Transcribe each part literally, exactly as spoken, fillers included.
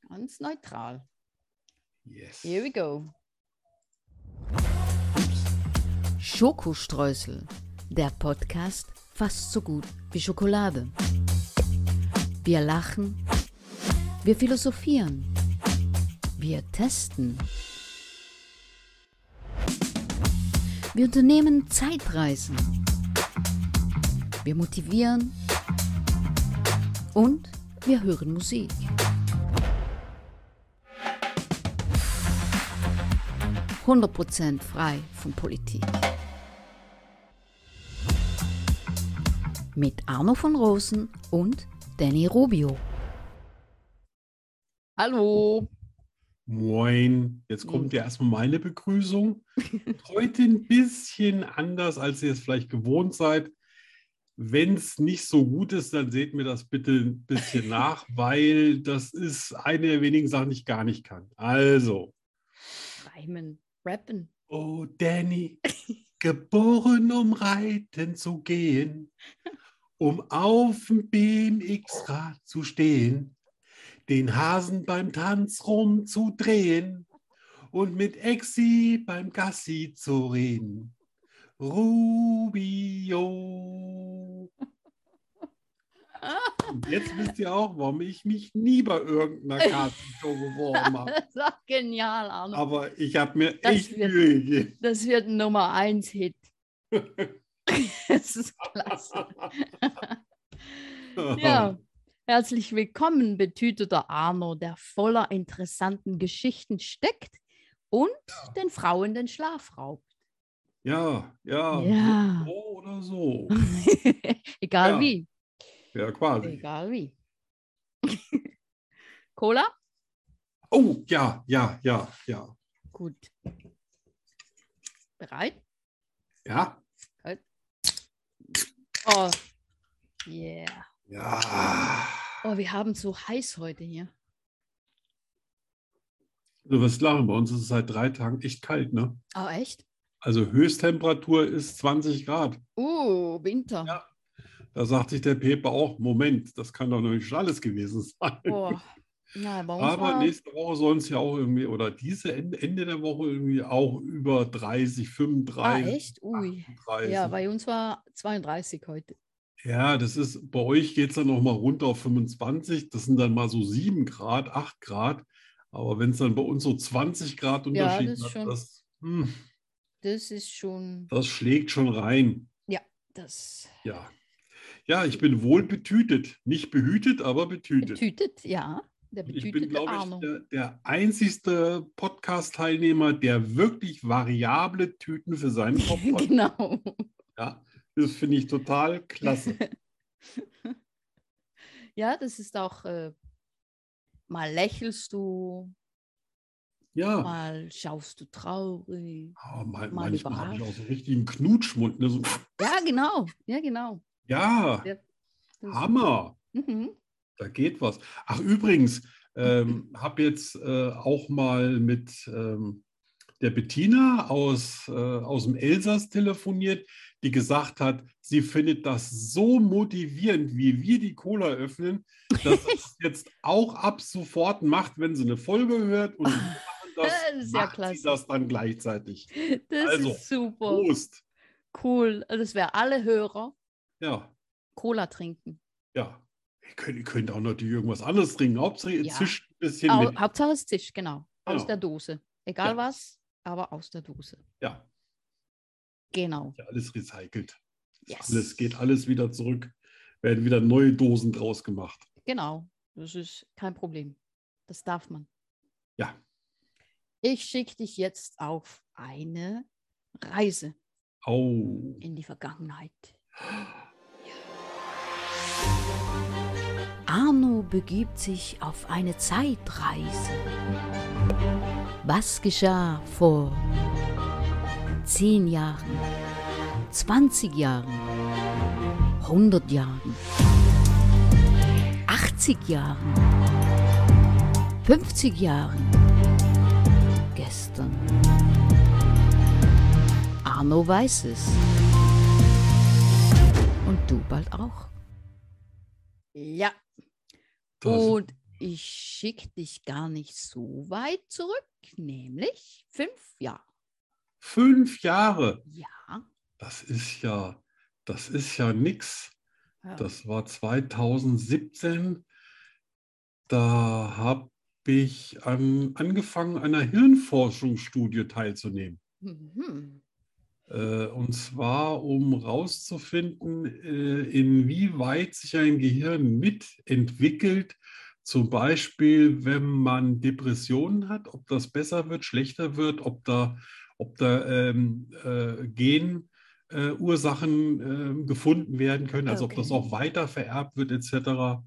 Ganz neutral. Yes. Here we go. Schokostreusel, der Podcast fast so gut wie Schokolade. Wir lachen, wir philosophieren, wir testen. Wir unternehmen Zeitreisen. Wir motivieren und wir hören Musik. hundert Prozent frei von Politik. Mit Arno von Rosen und Danny Rubio. Hallo. Moin. Jetzt kommt ja erstmal meine Begrüßung. Heute ein bisschen anders, als ihr es vielleicht gewohnt seid. Wenn es nicht so gut ist, dann seht mir das bitte ein bisschen nach, weil das ist eine der wenigen Sachen, die ich gar nicht kann. Also. Reimen, rappen. Oh, Danny, geboren, um reiten zu gehen, um auf dem B M X-Rad zu stehen, den Hasen beim Tanz rumzudrehen und mit Exi beim Gassi zu reden. Rubio. Und jetzt wisst ihr auch, warum ich mich nie bei irgendeiner Kartenshow beworben habe. Das ist auch genial, Arno. Aber ich habe mir Das echt wird- Mühe gegeben. Das wird ein Nummer eins Hit. Das ist klasse. Ja, herzlich willkommen, betüteter Arno, der voller interessanten Geschichten steckt und den Frauen den Schlaf raubt. Ja, ja, Ja. so oder so. Egal Ja. wie. Ja, quasi. Egal wie. Cola? Oh, ja, ja, ja, ja. Gut. Bereit? Ja, Oh, yeah. ja. Oh, wir haben es so heiß heute hier. Du wirst lachen, bei uns ist es seit drei Tagen echt kalt, ne? Oh, echt? Also Höchsttemperatur ist zwanzig Grad. Uh, Winter. Ja. Da sagt sich der Pepe auch, Moment, das kann doch noch nicht alles gewesen sein. Oh. Ja, bei uns Aber war, nächste Woche sollen es ja auch irgendwie, oder diese Ende, Ende der Woche irgendwie auch über dreißig, ah, fünfunddreißig, echt? Ui. achtunddreißig. Ja, bei uns war zweiunddreißig heute. Ja, das ist, bei euch geht es dann noch mal runter auf fünfundzwanzig. Das sind dann mal so sieben Grad, acht Grad. Aber wenn es dann bei uns so zwanzig Grad Unterschied das ist hat, schon- das, hm, Das ist schon, das schlägt schon rein. ja, das Ja. Ja, ich bin wohl betütet. Nicht behütet, aber betütet. betütet, ja. Der Und ich bin, betütete glaube ich, Arno. der, der einzigste Podcast-Teilnehmer, der wirklich variable Tüten für seinen Kopf hat. Genau. Ja, das finde ich total klasse. Ja, das ist auch, äh, mal lächelst du, Ja. mal schaust du traurig. Ah, man, Mal manchmal habe ich auch überrascht. so richtig einen Knutschmund. Ne? So, Ja, genau. Ja, genau. ja, Ja, das- Hammer. Mhm. Da geht was. Ach, übrigens, ähm, habe jetzt äh, auch mal mit ähm, der Bettina aus, äh, aus dem Elsass telefoniert, die gesagt hat, sie findet das so motivierend, wie wir die Cola öffnen, dass sie es jetzt auch ab sofort macht, wenn sie eine Folge hört und wir machen das, Das ist ja macht klasse. sie das dann gleichzeitig. Das Also, ist super. Prost. Cool. Also das wäre alle Hörer Ja, Cola trinken. ja. Ihr könnt, ihr könnt auch natürlich irgendwas anderes trinken. Hauptsache, ihr Ja. zischt ein bisschen Au, mit. Hauptsache es Tisch, genau. Aus Genau. der Dose. Egal Ja. was, aber aus der Dose. Ja, Genau. ja, alles recycelt. Yes. Alles geht alles wieder zurück. Werden wieder neue Dosen draus gemacht. Genau. Das ist kein Problem. Das darf man. Ja. Ich schicke dich jetzt auf eine Reise Oh. in die Vergangenheit. Arno begibt sich auf eine Zeitreise. Was geschah vor zehn Jahren, zwanzig Jahren, hundert Jahren, achtzig Jahren, fünfzig Jahren, gestern? Arno weiß es. Und du bald auch. Ja. Das Und ich schicke dich gar nicht so weit zurück, nämlich fünf Jahre. Fünf Jahre. Ja. Das ist ja, das ist ja nix. Ja. Das war zweitausendsiebzehn. Da habe ich an, angefangen, an einer Hirnforschungsstudie teilzunehmen. Mhm. Äh, und zwar, um herauszufinden, äh, inwieweit sich ein Gehirn mitentwickelt. Zum Beispiel, wenn man Depressionen hat, ob das besser wird, schlechter wird, ob da, ob da ähm, äh, Genursachen äh, gefunden werden können, also ob das Okay. auch weiter vererbt wird, et cetera.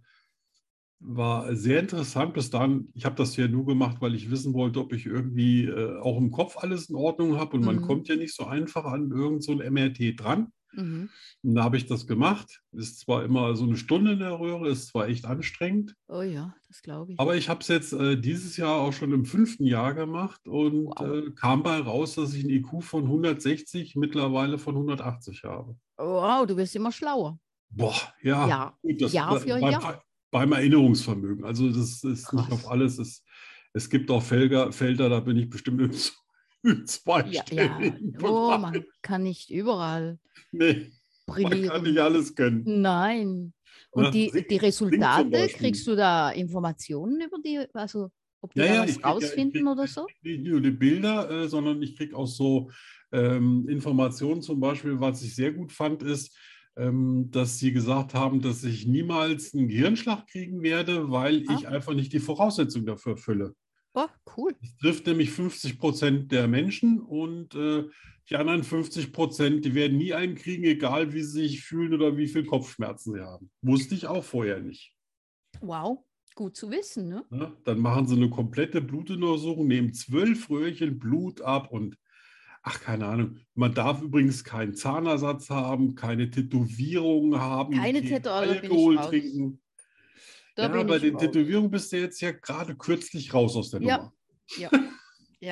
War sehr interessant bis dann. Ich habe das ja nur gemacht, weil ich wissen wollte, ob ich irgendwie äh, auch im Kopf alles in Ordnung habe. Und man Mhm. kommt ja nicht so einfach an irgend so ein M R T dran. Mhm. Und da habe ich das gemacht. Ist zwar immer so eine Stunde in der Röhre, ist zwar echt anstrengend, Oh ja, das glaube ich. aber ich habe es jetzt äh, dieses Jahr auch schon im fünften Jahr gemacht und Wow. äh, kam bei raus, dass ich ein I Q von hundertsechzig mittlerweile von hundertachtzig habe. Wow, du wirst immer schlauer. Boah, ja, Ja, gut, das, Jahr da, für beim, Jahr. beim Erinnerungsvermögen. Also das ist nicht auf Krass. alles. Es, es gibt auch Felder, Felder, da bin ich bestimmt im, im Ja, ja, zweistelligen oh, Bereich. man kann nicht überall Nee, man kann nicht brillieren. alles können. Nein. Und Ne? die, Sing, die Sing zum Resultate, Beispiel. kriegst du da Informationen über die, also ob die Ja, da ja, was ich kriege ja, ich rausfinden krieg, oder ich so? krieg nicht nur die Bilder, äh, sondern ich kriege auch so ähm, Informationen zum Beispiel, was ich sehr gut fand, ist, ähm, dass sie gesagt haben, dass ich niemals einen Gehirnschlag kriegen werde, weil Ah, ich einfach nicht die Voraussetzungen dafür erfülle. oh, cool. Es trifft nämlich fünfzig Prozent der Menschen und äh, die anderen fünfzig Prozent, die werden nie einen kriegen, egal wie sie sich fühlen oder wie viel Kopfschmerzen sie haben. Wusste ich auch vorher nicht. Wow, gut zu wissen, ne? Ne? Dann machen sie eine komplette Blutuntersuchung, nehmen zwölf Röhrchen Blut ab und ach, keine Ahnung. Man darf übrigens keinen Zahnersatz haben, keine Tätowierungen haben, Keine kein Tattoo, da bin ich Alkohol raus. trinken. Da Ja, bin bei ich den raus. Tätowierungen bist du jetzt ja gerade kürzlich raus aus der Ja, Nummer. ja, ja.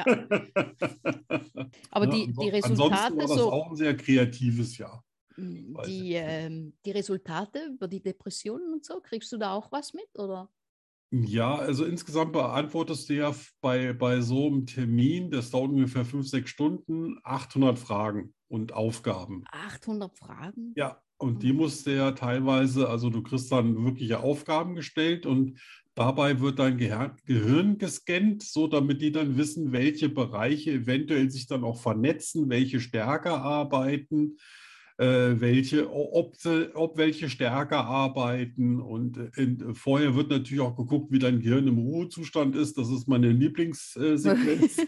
Aber Ne? die, die Anso- Ansonsten Resultate, war das so auch ein sehr kreatives Jahr. mm, Weiß die, ich. ähm, die Resultate über die Depressionen und so, kriegst du da auch was mit, oder? Ja, also insgesamt beantwortest du ja f- bei, bei so einem Termin, das dauert ungefähr fünf, sechs Stunden, achthundert Fragen und Aufgaben. achthundert Fragen? Ja, und die musst du ja teilweise, also du kriegst dann wirkliche Aufgaben gestellt und dabei wird dein Gehir Gehirn gescannt, so damit die dann wissen, welche Bereiche eventuell sich dann auch vernetzen, welche stärker arbeiten, äh, welche, ob, sie, ob welche stärker arbeiten. Und äh, in, vorher wird natürlich auch geguckt, wie dein Gehirn im Ruhezustand ist. Das ist meine Lieblingssequenz.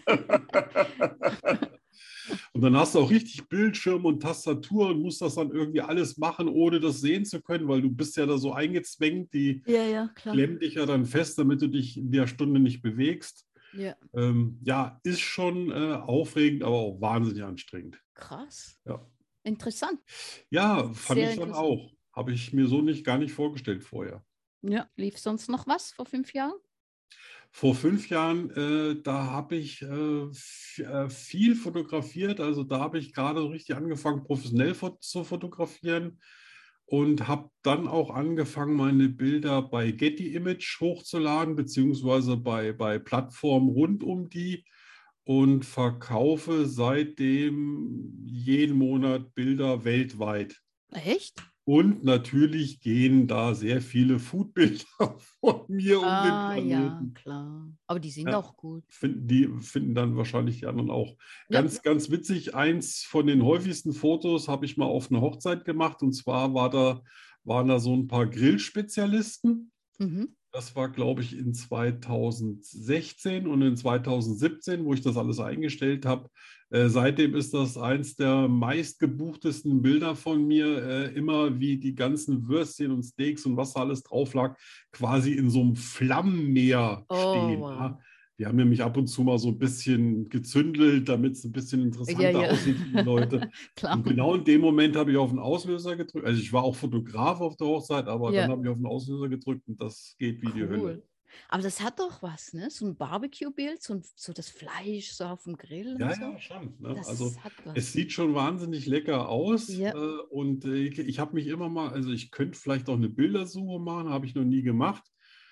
Und dann hast du auch richtig Bildschirm und Tastatur und musst das dann irgendwie alles machen, ohne das sehen zu können, weil du bist ja da so eingezwängt, die Ja, ja, klar. klemmen dich ja dann fest, damit du dich in der Stunde nicht bewegst. Ja, Ähm, ja, ist schon äh, aufregend, aber auch wahnsinnig anstrengend. krass. Ja, Interessant. ja, fand Sehr ich dann interessant. auch. Habe ich mir so nicht gar nicht vorgestellt vorher. Ja, lief sonst noch was vor fünf Jahren? Vor fünf Jahren, äh, da habe ich äh, f- äh, viel fotografiert. Also da habe ich gerade so richtig angefangen, professionell fot zu fotografieren und habe dann auch angefangen, meine Bilder bei Getty Image hochzuladen, beziehungsweise bei, bei Plattformen rund um die und verkaufe seitdem jeden Monat Bilder weltweit. Echt? Und natürlich gehen da sehr viele Foodbilder von mir um den Ah, ja, Planeten. klar. Aber die sind Ja, auch gut. finden die finden dann wahrscheinlich die anderen auch. Ja. Ganz, ganz witzig, eins von den häufigsten Fotos habe ich mal auf einer Hochzeit gemacht. Und zwar war da, waren da so ein paar Grillspezialisten. Mhm. Das war, glaube ich, in zweitausendsechzehn und in zweitausendsiebzehn, wo ich das alles eingestellt habe. Äh, seitdem ist das eins der meistgebuchtesten Bilder von mir. Äh, immer wie die ganzen Würstchen und Steaks und was da alles drauf lag, quasi in so einem Flammenmeer Oh, stehen. wow. Ja. Die haben nämlich ab und zu mal so ein bisschen gezündelt, damit es ein bisschen Ja, interessanter ja. aussieht für die Leute. Klar. Und genau in dem Moment habe ich auf den Auslöser gedrückt. Also ich war auch Fotograf auf der Hochzeit, aber Ja. dann habe ich auf den Auslöser gedrückt und das geht wie die Hölle. Cool. Aber das hat doch was, ne? So ein Barbecue-Bild, so, ein, so das Fleisch so auf dem Grill Ja, und so. ja, schon. Ne? Das Also hat was. es sieht schon wahnsinnig lecker aus. Ja. Äh, und äh, ich habe mich immer mal, also ich könnte vielleicht auch eine Bildersuche machen, habe ich noch nie gemacht.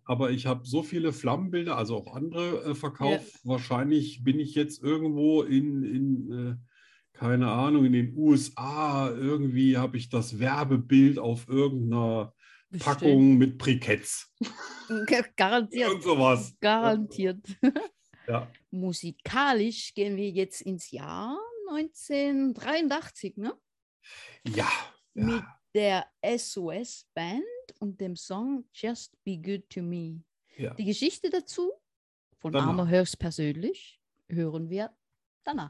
aber ich habe so viele Flammenbilder, also auch andere äh, Ja. verkauft. Wahrscheinlich bin ich jetzt irgendwo in, in äh, keine Ahnung, in den U S A. Irgendwie habe ich das Werbebild auf irgendeiner Bestimmt. Packung mit Briketts. Garantiert. Irgend sowas. Garantiert. Ja. Musikalisch gehen wir jetzt ins Jahr neunzehnhundertdreiundachtzig, ne? Ja. Mit Ja. der S O S Band und dem Song Just Be Good to Me. Ja. Die Geschichte dazu von Danach. Arno höchstpersönlich hören wir danach.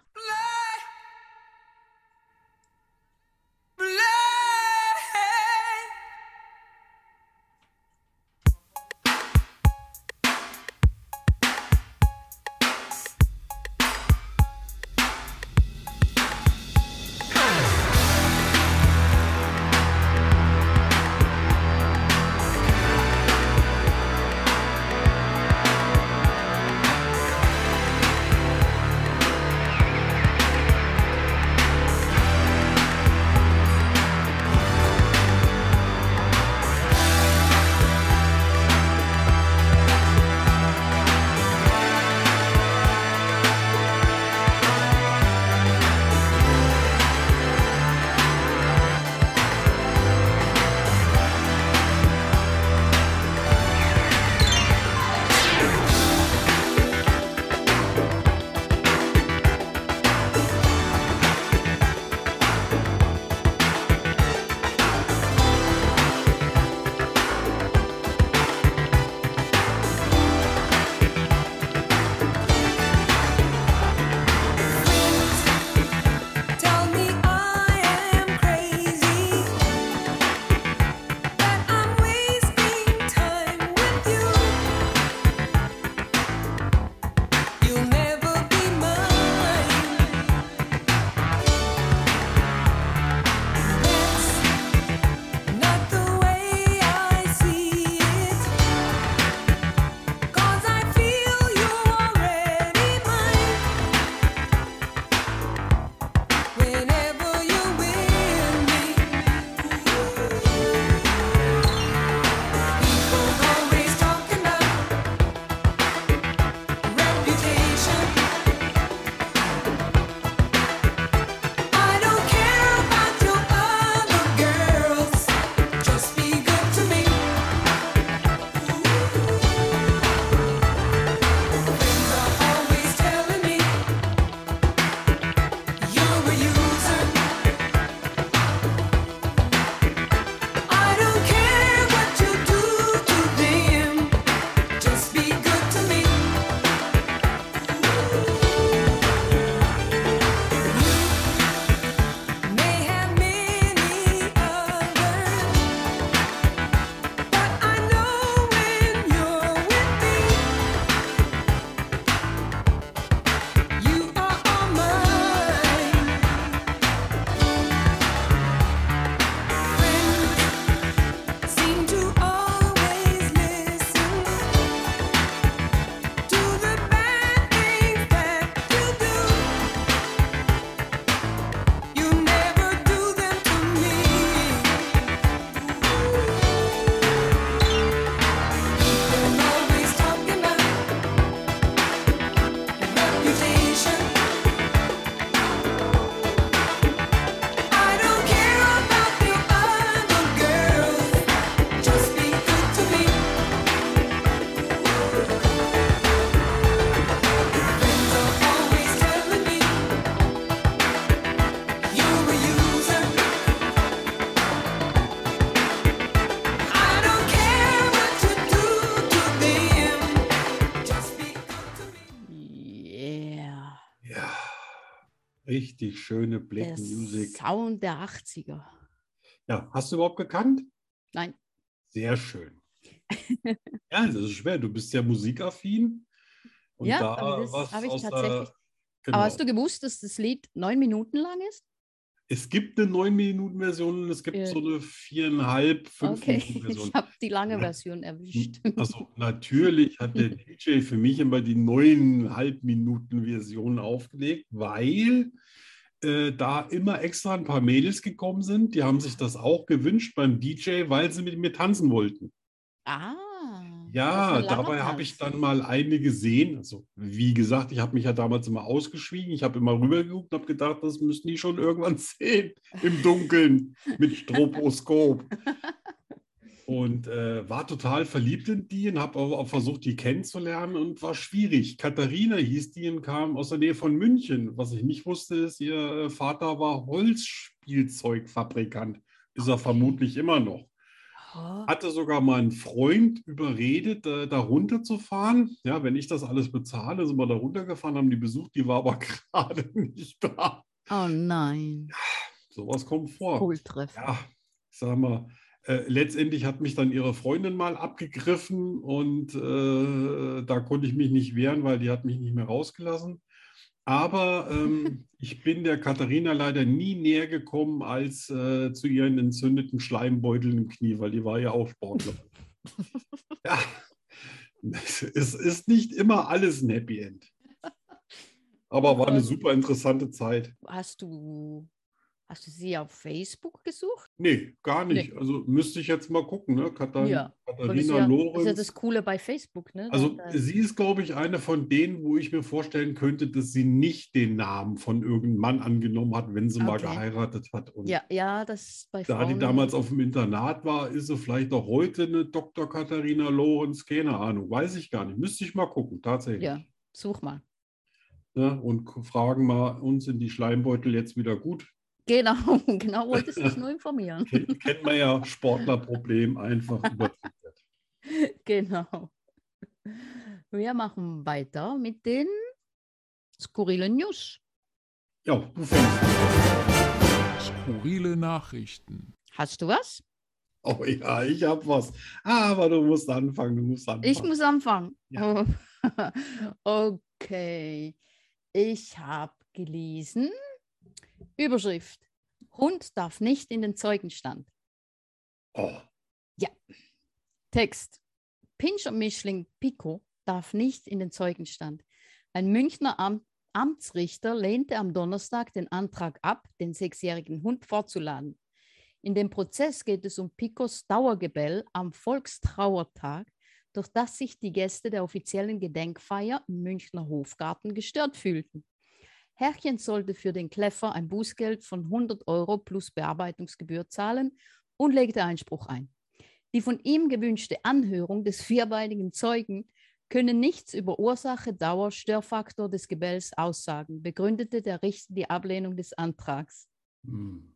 Richtig schöne Black Der Music. Sound der achtziger. Ja, hast du überhaupt gekannt? Nein. Sehr schön. Ja, das ist schwer. Du bist ja musikaffin. Und Ja, da aber das was habe ich aus der- tatsächlich. Genau. Aber hast du gewusst, dass das Lied neun Minuten lang ist? Es gibt eine neun Minuten Version und es gibt Ja. so eine viereinhalb, fünf Okay, Minuten Version. ich habe die lange Ja. Version erwischt. Also natürlich hat der D J für mich immer die neuneinhalb Minuten Version aufgelegt, weil äh, da immer extra ein paar Mädels gekommen sind. Die haben sich das auch gewünscht beim D J, weil sie mit mir tanzen wollten. Ah. Ja, dabei habe ich dann mal eine gesehen. Also, wie gesagt, ich habe mich ja damals immer ausgeschwiegen. Ich habe immer rübergeguckt und habe gedacht, das müssten die schon irgendwann sehen im Dunkeln mit Stroboskop. Und äh, war total verliebt in die und habe auch, auch versucht, die kennenzulernen und war schwierig. Katharina hieß die und kam aus der Nähe von München. Was ich nicht wusste, ist, ihr äh, Vater war Holzspielzeugfabrikant. Ist er Okay. vermutlich immer noch. Oh, Hatte sogar mal einen Freund überredet, äh, da runterzufahren. Ja, wenn ich das alles bezahle, sind wir da runtergefahren, haben die besucht, die war aber gerade nicht da. oh nein. Sowas kommt vor. Volltreffer. Ja, ich sag mal, äh, letztendlich hat mich dann ihre Freundin mal abgegriffen und äh, da konnte ich mich nicht wehren, weil die hat mich nicht mehr rausgelassen. Aber ähm, ich bin der Katharina leider nie näher gekommen als äh, zu ihren entzündeten Schleimbeuteln im Knie, weil die war ja auch Sportler. Ja, es ist nicht immer alles ein Happy End. Aber war eine super interessante Zeit. Hast du, hast du sie auf Facebook gesucht? Nee, gar nicht. Nee. Also müsste ich jetzt mal gucken, ne? Kathan Ja. Das ist Katharina ja, das ist ja Lorenz. das Coole bei Facebook, ne? Also Da, da, sie ist, glaube ich, eine von denen, wo ich mir vorstellen könnte, dass sie nicht den Namen von irgendeinem Mann angenommen hat, wenn sie mal Okay. geheiratet hat. Und ja, ja, das ist bei da die Frauen. damals auf dem Internat war, ist sie vielleicht auch heute eine Doktor Katharina Lorenz, keine Ahnung, weiß ich gar nicht. Müsste ich mal gucken, tatsächlich. Ja, such mal. Ne? Und k- fragen mal, uns sind die Schleimbeutel jetzt wieder gut? Genau, genau, wolltest dich nur informieren. Ken kennt man ja, Sportlerproblem, einfach übertwittert. Genau. Wir machen weiter mit den skurrilen News. Ja, du fängst an. Skurrile Nachrichten. Hast du was? Oh ja, ich habe was. Aber du musst anfangen, du musst anfangen. Ich muss anfangen. Ja. Okay. Ich habe gelesen, Überschrift, Hund darf nicht in den Zeugenstand. Oh, Text, Pinscher-Mischling Pico darf nicht in den Zeugenstand. Ein Münchner Am Amtsrichter lehnte am Donnerstag den Antrag ab, den sechsjährigen Hund vorzuladen. In dem Prozess geht es um Picos Dauergebell am Volkstrauertag, durch das sich die Gäste der offiziellen Gedenkfeier im Münchner Hofgarten gestört fühlten. Herrchen sollte für den Kläffer ein Bußgeld von hundert Euro plus Bearbeitungsgebühr zahlen und legte Einspruch ein. Die von ihm gewünschte Anhörung des vierbeinigen Zeugen könne nichts über Ursache, Dauer, Störfaktor des Gebells aussagen, begründete der Richter die Ablehnung des Antrags. hm.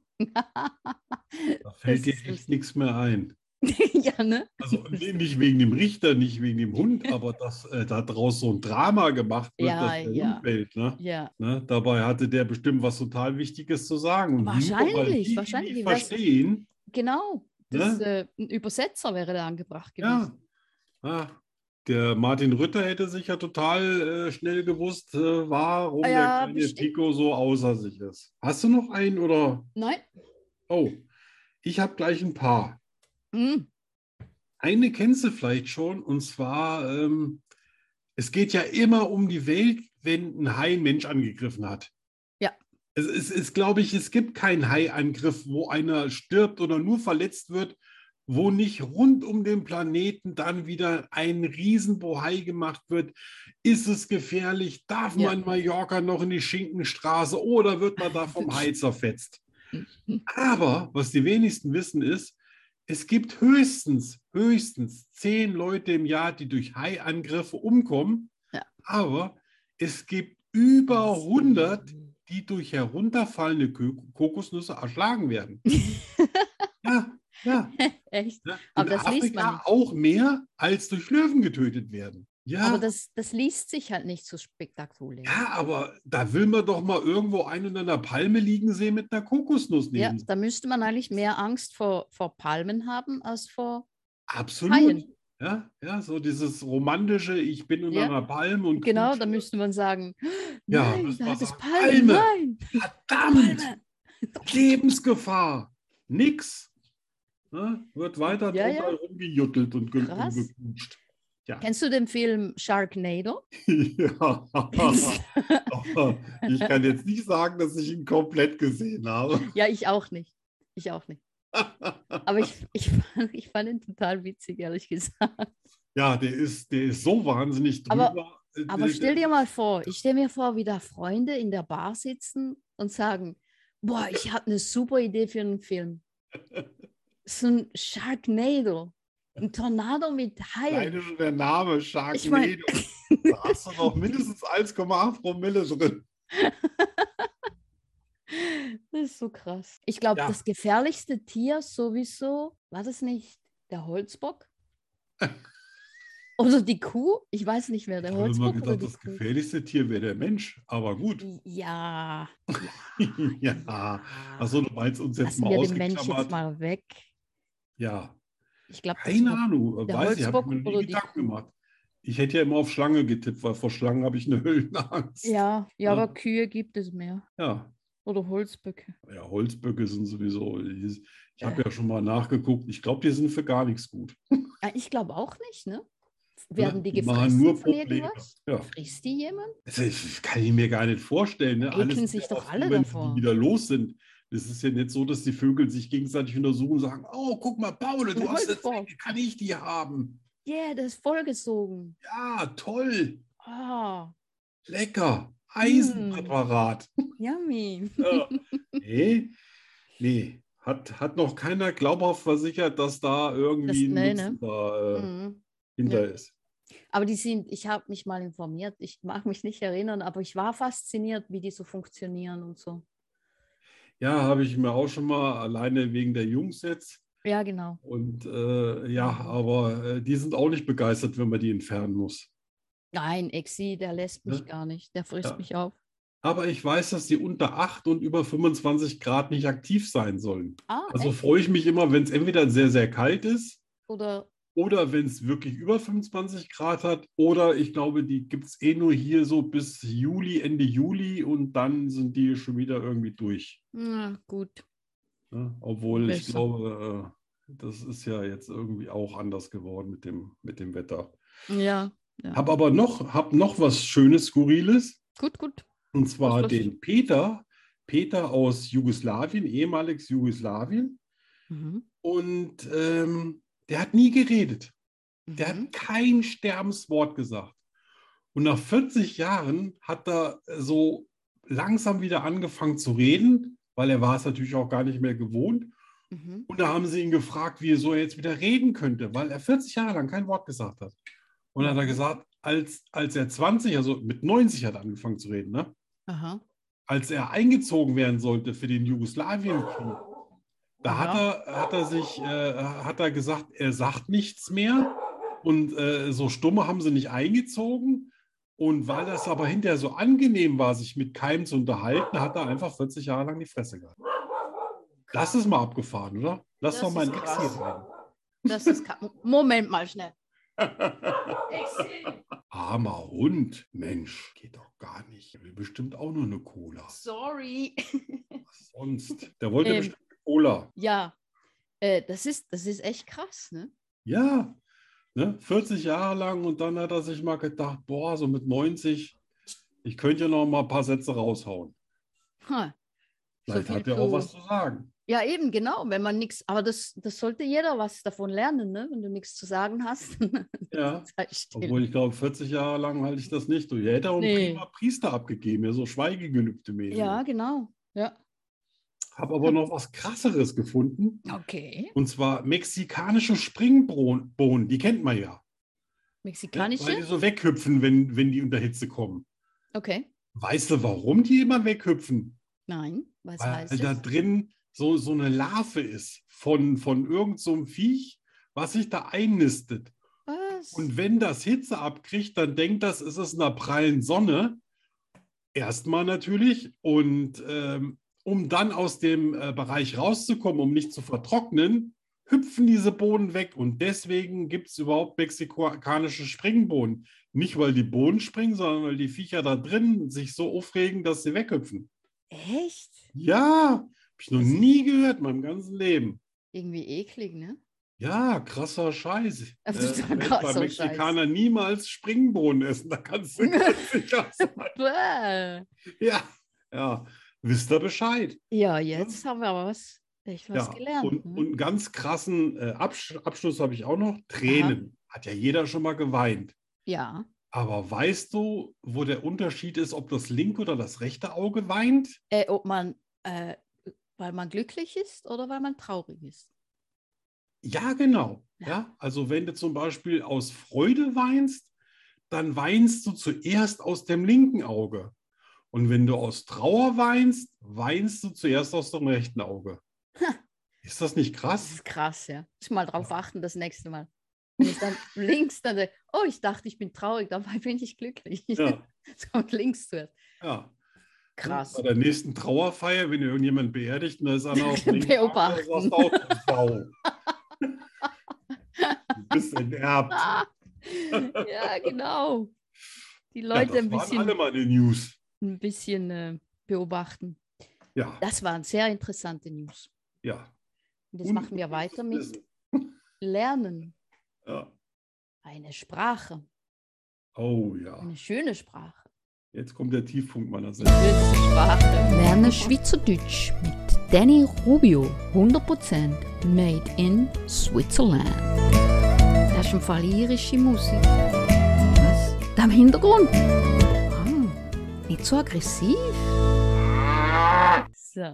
Da fällt dir echt nichts mehr ein. Ja, ne? Also nee, nicht wegen dem Richter, nicht wegen dem Hund, aber dass äh, da draus so ein Drama gemacht wird, Ja, dass der ja. Hund bellt. Ne? Ja, Ne? Dabei hatte der bestimmt was total Wichtiges zu sagen. Und Wahrscheinlich, nur weil die, die wahrscheinlich. nicht Was- verstehen, genau. Das, Ne? äh, ein Übersetzer wäre da angebracht ja, gewesen. ah, der Martin Rütter hätte sich ja total äh, schnell gewusst, äh, warum Ja, der kleine bestimmt. Pico so außer sich ist. Hast du noch einen oder? Nein? Oh, ich habe gleich ein paar. Hm. Eine kennst du vielleicht schon, und zwar, ähm, es geht ja immer um die Welt, wenn ein Hai einen Mensch angegriffen hat. Ja. Es ist, ist glaube ich, es gibt keinen Hai-Angriff, wo einer stirbt oder nur verletzt wird, wo nicht rund um den Planeten dann wieder ein Riesenbohai gemacht wird. Ist es gefährlich? Darf Ja. man Mallorca noch in die Schinkenstraße oder wird man da vom Hai zerfetzt? Aber was die wenigsten wissen ist, es gibt höchstens, höchstens zehn Leute im Jahr, die durch Haiangriffe umkommen. Ja. Aber es gibt über hundert, die durch herunterfallende Kö- Kokosnüsse erschlagen werden. Ja, ja. Echt? ja. Aber In das liest man Afrika nicht. auch mehr, als durch Löwen getötet werden. Ja, Aber das, das liest sich halt nicht so spektakulär. ja, aber da will man doch mal irgendwo einen unter einer Palme liegen sehen mit einer Kokosnuss Ja, neben sich. da müsste man eigentlich mehr Angst vor, vor Palmen haben als vor Absolut. Haien. Ja, ja, so dieses romantische, ich bin unter Ja, einer Palme und Genau, quietsche. da müsste man sagen, Ja, nein, müsste da man hat es sagen, Palmen, Palme. nein, Verdammt, Palme. Lebensgefahr, nix. Ne? Wird weiter Ja, drunter ja. rumgejuttelt und, ge Krass. und geknutscht. Ja. Kennst du den Film Sharknado? ja. Aber ich kann jetzt nicht sagen, dass ich ihn komplett gesehen habe. Ja, ich auch nicht. Ich auch nicht. Aber ich, ich, fand, ich fand ihn total witzig, ehrlich gesagt. Ja, der ist, der ist so wahnsinnig Aber- drüber. Äh, Aber der- stell dir mal vor, ich stelle mir vor, wie da Freunde in der Bar sitzen und sagen, boah, ich habe eine super Idee für einen Film. So ein Sharknado, ein Tornado mit Alleine Haien. schon der Name Ich Sharknado. mein- Da hast du noch mindestens eins Komma acht Promille drin. Das ist so krass. Ich glaube, Ja. das gefährlichste Tier sowieso, war das nicht der Holzbock? Oder die Kuh? Ich weiß nicht mehr, der Ich habe immer Holzbock oder gedacht, die das Kuh. gefährlichste Tier wäre der Mensch. Aber gut. Ja, Ja. Achso, du meinst uns jetzt lassen mal wir den Mensch jetzt ausgeklammert. mal weg. Ja. Ich glaube, das Keine war Ahnung. der Weiß ich, habe ich Holzbock mir nie oder die Gedanken Kuh. gemacht. Ich hätte ja immer auf Schlange getippt, weil vor Schlangen habe ich eine Höllenangst. Ja, ja, Ja. aber Kühe gibt es mehr. Ja. Oder Holzböcke. Ja, Holzböcke sind sowieso. Ich habe Äh. ja schon mal nachgeguckt. Ich glaube, die sind für gar nichts gut. Ja, ich glaube auch nicht, ne? Werden die Die machen gefressen nur von Probleme. irgendwas? Ja. Frisst die jemand? Also, das kann ich mir gar nicht vorstellen. Ne? Ekeln Alles sich ist ja doch was, alle wenn davor. die wieder los sind. Es ist ja nicht so, dass die Vögel sich gegenseitig untersuchen und sagen, oh, guck mal, Paul, du Ein hast eine Holzbock. Zecke, kann ich die haben? Yeah, das ist vollgesogen. Ja, toll, Ah, lecker, Eisenpräparat. yummy. Ja. Nee, nee, hat, hat noch keiner glaubhaft versichert, dass da irgendwie Das- ein nee, Nutzen ne? da äh, Mhm. hinter Ja. ist. Aber die sind, ich habe mich mal informiert, ich mag mich nicht erinnern, aber ich war fasziniert, wie die so funktionieren und so. Ja, habe ich mir auch schon mal alleine wegen der Jungs jetzt. Ja, genau. Und äh, ja, Mhm. aber äh, die sind auch nicht begeistert, wenn man die entfernen muss. Nein, Exi, der lässt mich Ne? gar nicht. Der frisst Ja. mich auf. Aber ich weiß, dass die unter acht und über fünfundzwanzig Grad nicht aktiv sein sollen. Ah, Also echt? freue ich mich immer, wenn es entweder sehr, sehr kalt ist Oder, oder wenn es wirklich über fünfundzwanzig Grad hat. Oder ich glaube, die gibt es eh nur hier so bis Juli, Ende Juli und dann sind die schon wieder irgendwie durch. na gut. Ne? Obwohl ich Besser. glaube, äh, das ist ja jetzt irgendwie auch anders geworden mit dem, mit dem Wetter. Ja, ja. Hab aber noch, hab noch was Schönes, Skurriles. Gut, gut. Und zwar los? den Peter, Peter aus Jugoslawien, ehemaliges Jugoslawien. Mhm. Und ähm, der hat nie geredet. Der Mhm. hat kein Sterbenswort gesagt. Und nach vierzig Jahren hat er so langsam wieder angefangen zu reden, weil er war es natürlich auch gar nicht mehr gewohnt. Mhm. Und da haben sie ihn gefragt, wie er so jetzt wieder reden könnte, weil er vierzig Jahre lang kein Wort gesagt hat. Und dann hat er gesagt, als, als er zwanzig, also mit neunzig hat er angefangen zu reden, ne? Aha. Als er eingezogen werden sollte für den Jugoslawienkrieg, da hat Aha. er, hat er sich, äh, hat er gesagt, er sagt nichts mehr und äh, so Stumme haben sie nicht eingezogen. Und weil das aber hinterher so angenehm war, sich mit keinem zu unterhalten, hat er einfach vierzig Jahre lang die Fresse gehabt. Das ist mal abgefahren, oder? Lass Das doch mal ist ein Ex krass. hier rein. Das ist ka- Moment mal schnell. Armer Hund, Mensch, geht doch gar nicht. Der will bestimmt auch nur eine Cola. Sorry. Was sonst? Der wollte Ähm. bestimmt eine Cola. Ja, äh, das ist, das ist echt krass, ne? Ja, ne? vierzig Jahre lang und dann hat er sich mal gedacht, boah, so mit neunzig, ich könnte ja noch mal ein paar Sätze raushauen. Ha. So Vielleicht viel hat er zu- auch was zu sagen. Ja, eben, genau. Wenn man nichts, aber das, das sollte jeder was davon lernen, ne? Wenn du nichts zu sagen hast. Ja, Sei still. obwohl ich glaube, vierzig Jahre lang halte ich das nicht durch. Er hätte auch einen Nee. prima Priester abgegeben, ja, so Schweigegelübde mäßig. Ja, genau. Ja. Habe aber noch was Krasseres gefunden. Okay. Und zwar mexikanische Springbohnen, die kennt man ja. Ne? Mexikanische? Weil die so weghüpfen, wenn, wenn die unter Hitze kommen. Okay. Weißt du, warum die immer weghüpfen? Nein, was Weil heißt da das? drin so, so eine Larve ist von, von irgend so einem Viech, was sich da einnistet. Was? Und wenn das Hitze abkriegt, dann denkt das, ist es in der prallen Sonne. Erstmal natürlich. Und ähm, um dann aus dem äh, Bereich rauszukommen, um nicht zu vertrocknen, hüpfen diese Bohnen weg. Und deswegen gibt es überhaupt mexikanische Springbohnen. Nicht, weil die Bohnen springen, sondern weil die Viecher da drin sich so aufregen, dass sie weghüpfen. Echt? Ja, habe ich noch Das- nie gehört in meinem ganzen Leben. Irgendwie eklig, ne? Ja, krasser Scheiß. Das Äh, ist ich ein werd krasser bei Mexikaner niemals Springbohnen essen. Da kannst du ganz sicher sein. Bäh. Ja, ja, wisst ihr Bescheid. Ja, jetzt haben wir aber was, echt was Ja, gelernt. und, ne? und einen ganz krassen äh, Absch Abschluss habe ich auch noch. Tränen. Hat ja jeder schon mal geweint. Ja. Aber weißt du, wo der Unterschied ist, ob das linke oder das rechte Auge weint? Äh, ob man, äh, weil man glücklich ist oder weil man traurig ist. Ja, genau. Ja. Ja, also wenn du zum Beispiel aus Freude weinst, dann weinst du zuerst aus dem linken Auge. Und wenn du aus Trauer weinst, weinst du zuerst aus dem rechten Auge. Ha. Ist das nicht Das krass? ist krass, ja. Muss ich mal drauf achten das nächste Mal. Wenn ich dann links dann, oh, ich dachte, ich bin traurig, dabei bin ich glücklich. Ja, Es kommt links zuerst. ja. Krass. Bei der nächsten Trauerfeier, wenn ihr irgendjemand beerdigt und da ist einer auf dem linken Auge, Beobachten. dann sagst du auch, wow. Du bist enterbt. Ah, ja, genau. Die Ja, Leute das ein waren alle bisschen, meine News. ein bisschen äh, beobachten. Ja, Das waren sehr interessante News. ja. Und jetzt machen wir weiter mit Wissen. Lernen. Ja. Eine Sprache. Oh ja. Eine schöne Sprache. Jetzt kommt der Tiefpunkt meiner Sendung. Schönste Sprache. Lerne Schweizerdeutsch mit Danny Rubio. hundert Prozent made in Switzerland. Das ist im Fall irische Musik. Was? Da im Hintergrund? Ah, nicht so aggressiv. So.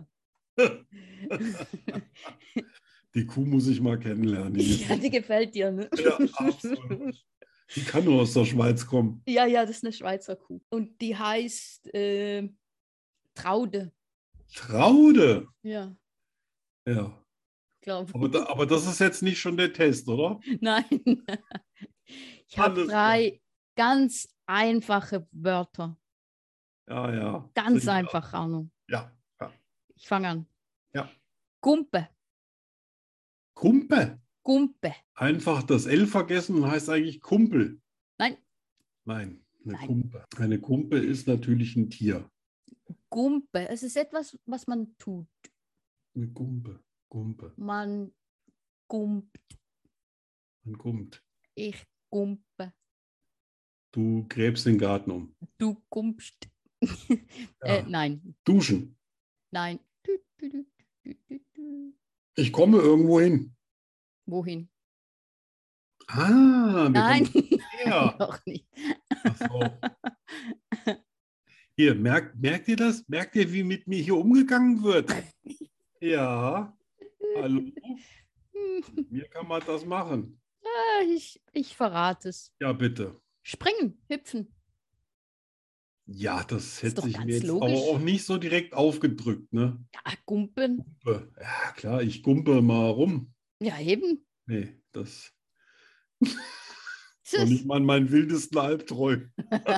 Die Kuh muss ich mal kennenlernen. Die, Ja, die gefällt dir, ne? ja, absolut. Die kann nur aus der Schweiz kommen. Ja, ja, das ist eine Schweizer Kuh. Und die heißt äh, Traude. Traude. Ja, Ja. glaube Aber, da, aber das ist jetzt nicht schon der Test, oder? Nein. Ich habe Alles drei ganz einfache Wörter. Ja, ja. Ganz Sicher. einfach, Arno. Ja, ja. Ich fange an. Ja. Gumpe. Kumpe. Gumpe. Einfach das L vergessen und heißt eigentlich Kumpel. Nein, Nein, eine Nein. Kumpe. Eine Kumpe ist natürlich ein Tier. Gumpe. Es ist etwas, was man tut. Eine Kumpe. Kumpe. Man gumpt. Man kumpt. Ich gumpe. Du gräbst den Garten um. Du gumpst. Ja. äh, nein, Duschen. nein. Du, du, du, du, du, du. Ich komme irgendwo hin. Wohin? Ah, wir Nein, kommen her. noch nicht. Ach so. Hier, merkt, merkt ihr das? Merkt ihr, wie mit mir hier umgegangen wird? Ja. Hallo. Mit mir kann man das machen. Ah, ich, ich verrate es. Ja, bitte. Springen, hüpfen. Ja, das hätte doch sich ganz mir jetzt logisch. aber auch nicht so direkt aufgedrückt, ne? Ja, gumpen. Gumpe. Ja, klar, ich gumpe mal rum. Ja, eben. Nee, das Das ist noch nicht ist- mal in meinen wildesten Albträumen.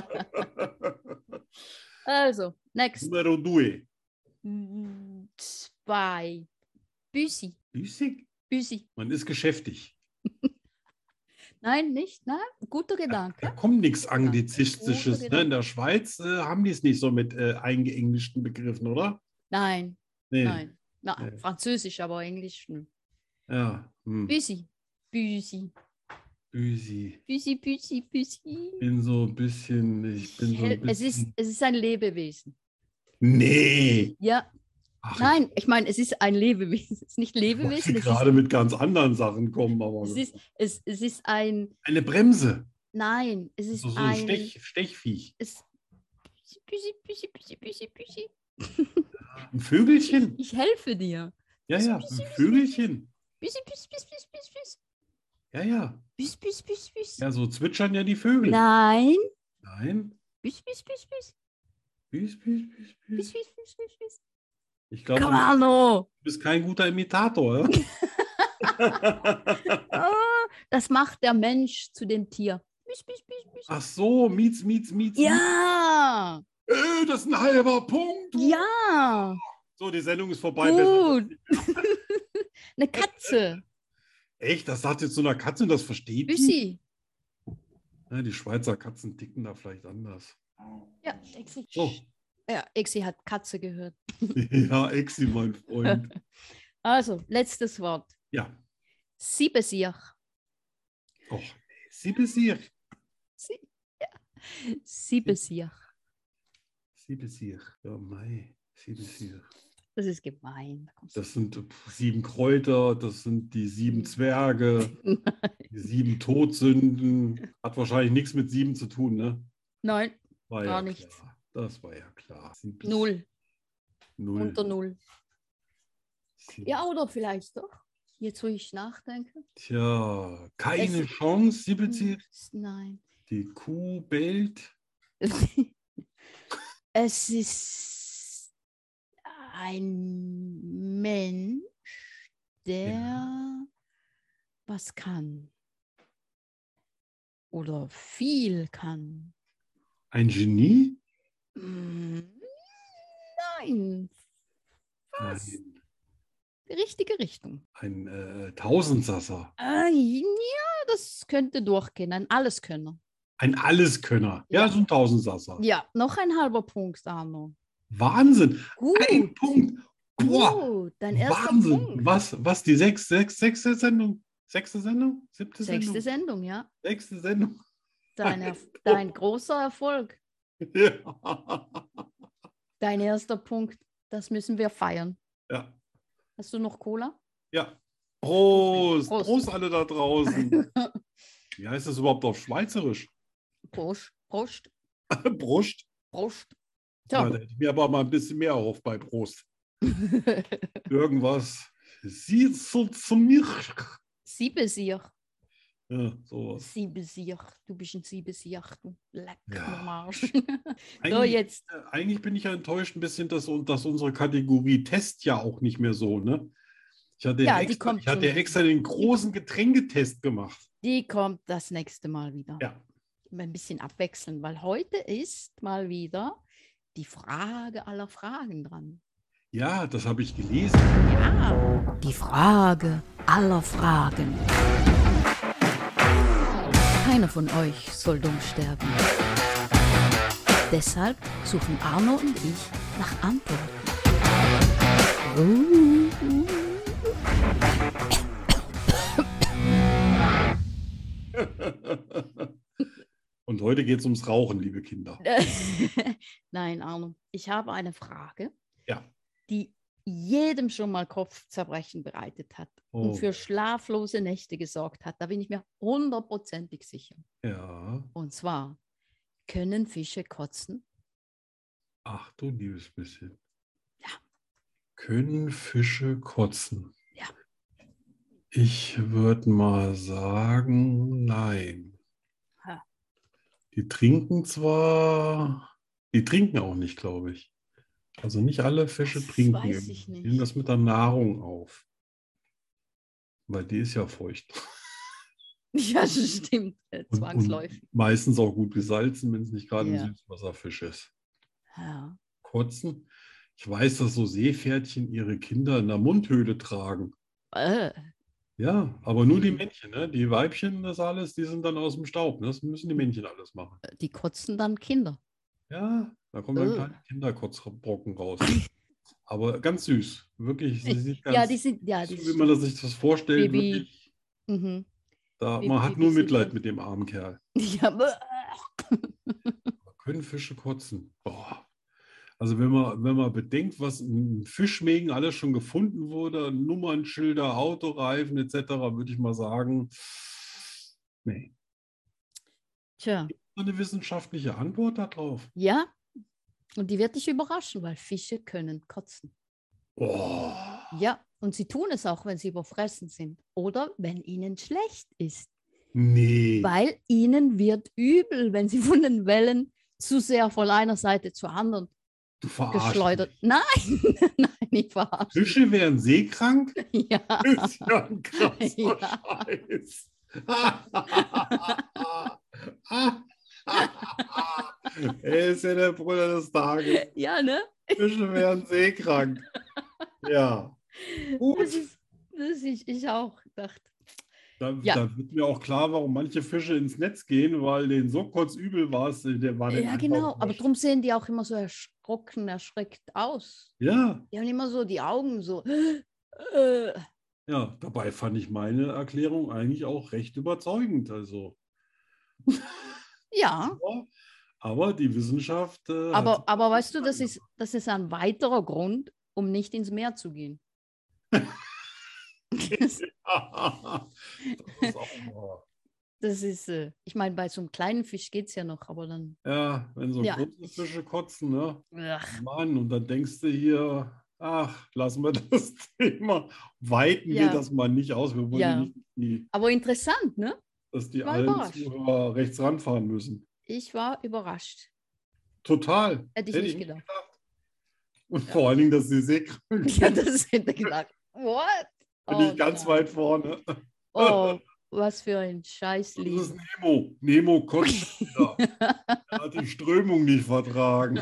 Also, next. Numero due. Mm, Zwei. Büsi. Büßig? Büsi. Man ist geschäftig. Nein, nicht? Nein? Guter Da Gedanke. kommt nichts Anglizistisches. Gute Ne? In der Schweiz äh, haben die es nicht so mit äh, eingeenglischten Begriffen, oder? Nein, Nee. nein. Na, Nee. Französisch, aber Englisch. hm. Ja. Hm. Büsi. Büsi. Büsi. Büsi, Büsi, Büsi. Ich bin so ein bisschen. Ich bin so ein Es ist, bisschen. es ist ein Lebewesen. Nee. Ja, Ach, nein, ich meine, es ist ein Lebewesen. Es ist nicht ich wollte Lebewesen. Es gerade ist, mit ganz anderen Sachen kommen, aber es, ist, es, es ist ein, eine Bremse. nein, es ist So, so ein ein, Stech, Stechviech. es, Büsi, Büsi, Büsi, Büsi, Büsi. Ein Vögelchen. Ich helfe dir. Ja, ja, ein Vögelchen. Büsi, Büsi, Büsi, Büsi, Büsi, Büsi. Ja, ja. Büsi, Büsi, Büsi, Büsi. Ja, so zwitschern ja die Vögel. Nein. Nein. Büsi, Büsi, Büsi, Büsi. Büß, büß, büß, Büsi, büß. Büsi, Büsi, Büsi, Büsi. Ich glaube, Komm, du Arno. bist kein guter Imitator. Ja? Ah, das macht der Mensch zu dem Tier. Büsi, Büsi, Büsi, Büsi. Ach so, Mietz, Mietz, Mietz. Ja, Mietz. Äh, das ist ein halber Punkt. ja, So, die Sendung ist vorbei. Besser- gut. Eine Katze. Echt? Das sagt jetzt so einer Katze und das versteht die? Büsi. Ja, die Schweizer Katzen ticken da vielleicht anders. Ja, Exi. So. Ja, Exi hat Katze gehört. Ja, Exi, mein Freund. Also, letztes Wort. Ja. Siebesier. Och, Siebesier. Sie ja. Siebesier. Siebesier. Ja, mei. Siebesier. das ist gemein. Da kommst du- Das sind sieben Kräuter, das sind die sieben Zwerge, die sieben Todsünden. Hat wahrscheinlich nichts mit sieben zu tun, ne? Nein, War gar ja nichts. klar. Das war ja klar. Sieben bis Null, Null. unter Null. Sieben. Ja, oder vielleicht doch. Jetzt, wo ich nachdenke. Tja, keine Es- Chance, Siebezieht. Nein. Die Kuh bellt. Es ist ein Mensch, der was kann. Oder viel kann. Ein Genie? Mm, Nein, Ein, die richtige Richtung. ein äh, Tausendsasser. Äh, ja, das könnte durchgehen. Ein Alleskönner. Ein Alleskönner. Ja, Ja. so ein Tausendsasser. Ja, noch ein halber Punkt, Arno. Wahnsinn. Gut. Ein Punkt. Boah. Gut, dein erster Wahnsinn. Punkt. Was, was die sechs, sechs, sechste Sendung? Sechste Sendung? Siebte Sechste Sendung? Sendung, ja. Sechste Sendung. Dein, Erf- dein großer Erfolg. Ja. Dein erster Punkt. Das müssen wir feiern. Ja. Hast du noch Cola? Ja. Prost. Prost. Prost alle da draußen. Wie heißt das überhaupt auf Schweizerisch? Prost. Prost. Brust. Prost. Ja, So. da hätte ich mir aber mal ein bisschen mehr auf bei Prost. Irgendwas. Sie so zu mir. Siebesier. Ja, sowas. Siebesier. Du bist ein Siebesier. Du leck Ja. mir am Arsch. So, Eigentlich, jetzt. äh, eigentlich bin ich ja enttäuscht ein bisschen, dass, dass unsere Kategorie Test ja auch nicht mehr so, ne? Ich hatte ja, Ja, die extra, kommt ich hatte ja schon. extra den großen Getränketest gemacht. Die kommt das nächste Mal wieder. Ja. Ein bisschen abwechseln, weil heute ist mal wieder die Frage aller Fragen dran. Ja, das habe ich gelesen. Ja. Die Frage aller Fragen. Keiner von euch soll dumm sterben. Deshalb suchen Arno und ich nach Antworten. Uh. Und heute geht es ums Rauchen, liebe Kinder. Nein, Arno, ich habe eine Frage, Ja. die jedem schon mal Kopfzerbrechen bereitet hat Oh. und für schlaflose Nächte gesorgt hat. Da bin ich mir hundertprozentig sicher. Ja. Und zwar, können Fische kotzen? Ach du liebes bisschen. Ja. Können Fische kotzen? Ja. Ich würde mal sagen, nein. Ha. Die trinken zwar, die trinken auch nicht, glaube ich. Also nicht alle Fische Das trinken. weiß irgendwie. ich Die nicht. nehmen das mit der Nahrung auf. Weil die ist ja feucht. Ja, das stimmt. äh, Und, Zwangsläufig. und meistens auch gut gesalzen, wenn es nicht gerade Ja. ein Süßwasserfisch ist. Ja. Kotzen. Ich weiß, dass so Seepferdchen ihre Kinder in der Mundhöhle tragen. Äh, Ja, aber nur die Mhm. Männchen, ne? Die Weibchen, das alles, die sind dann aus dem Staub. Ne? Das müssen die Männchen alles machen. die kotzen dann Kinder. Ja, da kommen dann Äh. kleine Kinderkotzbrocken raus. Aber ganz süß. Wirklich, sie sieht ganz Ja, die sind, ja, die so, wie man sich das vorstellt. Baby- Wirklich, Mhm. da, Baby- man hat nur Babysitter. Mitleid mit dem armen Kerl. Ja, bäh. Können Fische kotzen? Boah. Also wenn man, wenn man bedenkt, was in Fischmägen alles schon gefunden wurde, Nummernschilder, Autoreifen et cetera, würde ich mal sagen, nee. Tja, Eine wissenschaftliche Antwort darauf. ja. Und die wird dich überraschen, weil Fische können kotzen. Oh. Ja, und sie tun es auch, wenn sie überfressen sind oder wenn ihnen schlecht ist. Nee. Weil ihnen wird übel, wenn sie von den Wellen zu sehr von einer Seite zur anderen Du verarschst geschleudert. mich. Nein, nein, ich verarsche. Fische wären seekrank? Ja. Das ist ja ein krasser Ja. Scheiß. Er ist ja der Bruder des Tages. Ja, ne? Fische wären seekrank. Ja. Das Gut. ist, das ist ich auch gedacht. Da, Ja. da wird mir auch klar, warum manche Fische ins Netz gehen, weil denen so kurz übel war es, der war denen Ja, einfach genau. Aber wurscht. darum sehen die auch immer so erschrocken, erschreckt aus. Ja, Die haben immer so die Augen so. Äh, ja, dabei fand ich meine Erklärung eigentlich auch recht überzeugend. Also, ja, aber die Wissenschaft. Äh, hat aber, sich aber dazu weißt du, das Gedanken ist, das ist ein weiterer Grund, um nicht ins Meer zu gehen. das, das ist auch wahr. das ist, äh, ich meine, bei so einem kleinen Fisch geht es ja noch, aber dann, Ja, wenn so Ja, große ich- Fische kotzen, ne? ach, Mann, und dann denkst du hier, ach, lassen wir das Thema. Weiten wir Ja. das mal nicht aus. Wir wollen Ja. ja nicht, die, aber interessant, ne? dass die war allen überrascht. Zuhörer rechts ranfahren müssen. Ich war überrascht. Total. Hätte ich nicht gedacht. Und vor allen Dingen, dass sie seekrank Ja, sind, das hätte ich gedacht. What? bin Oh, ich ganz nein. weit vorne. Oh, was für ein Das ist Scheißleben. Nemo. Nemo kotzt wieder. Er hat die Strömung nicht vertragen.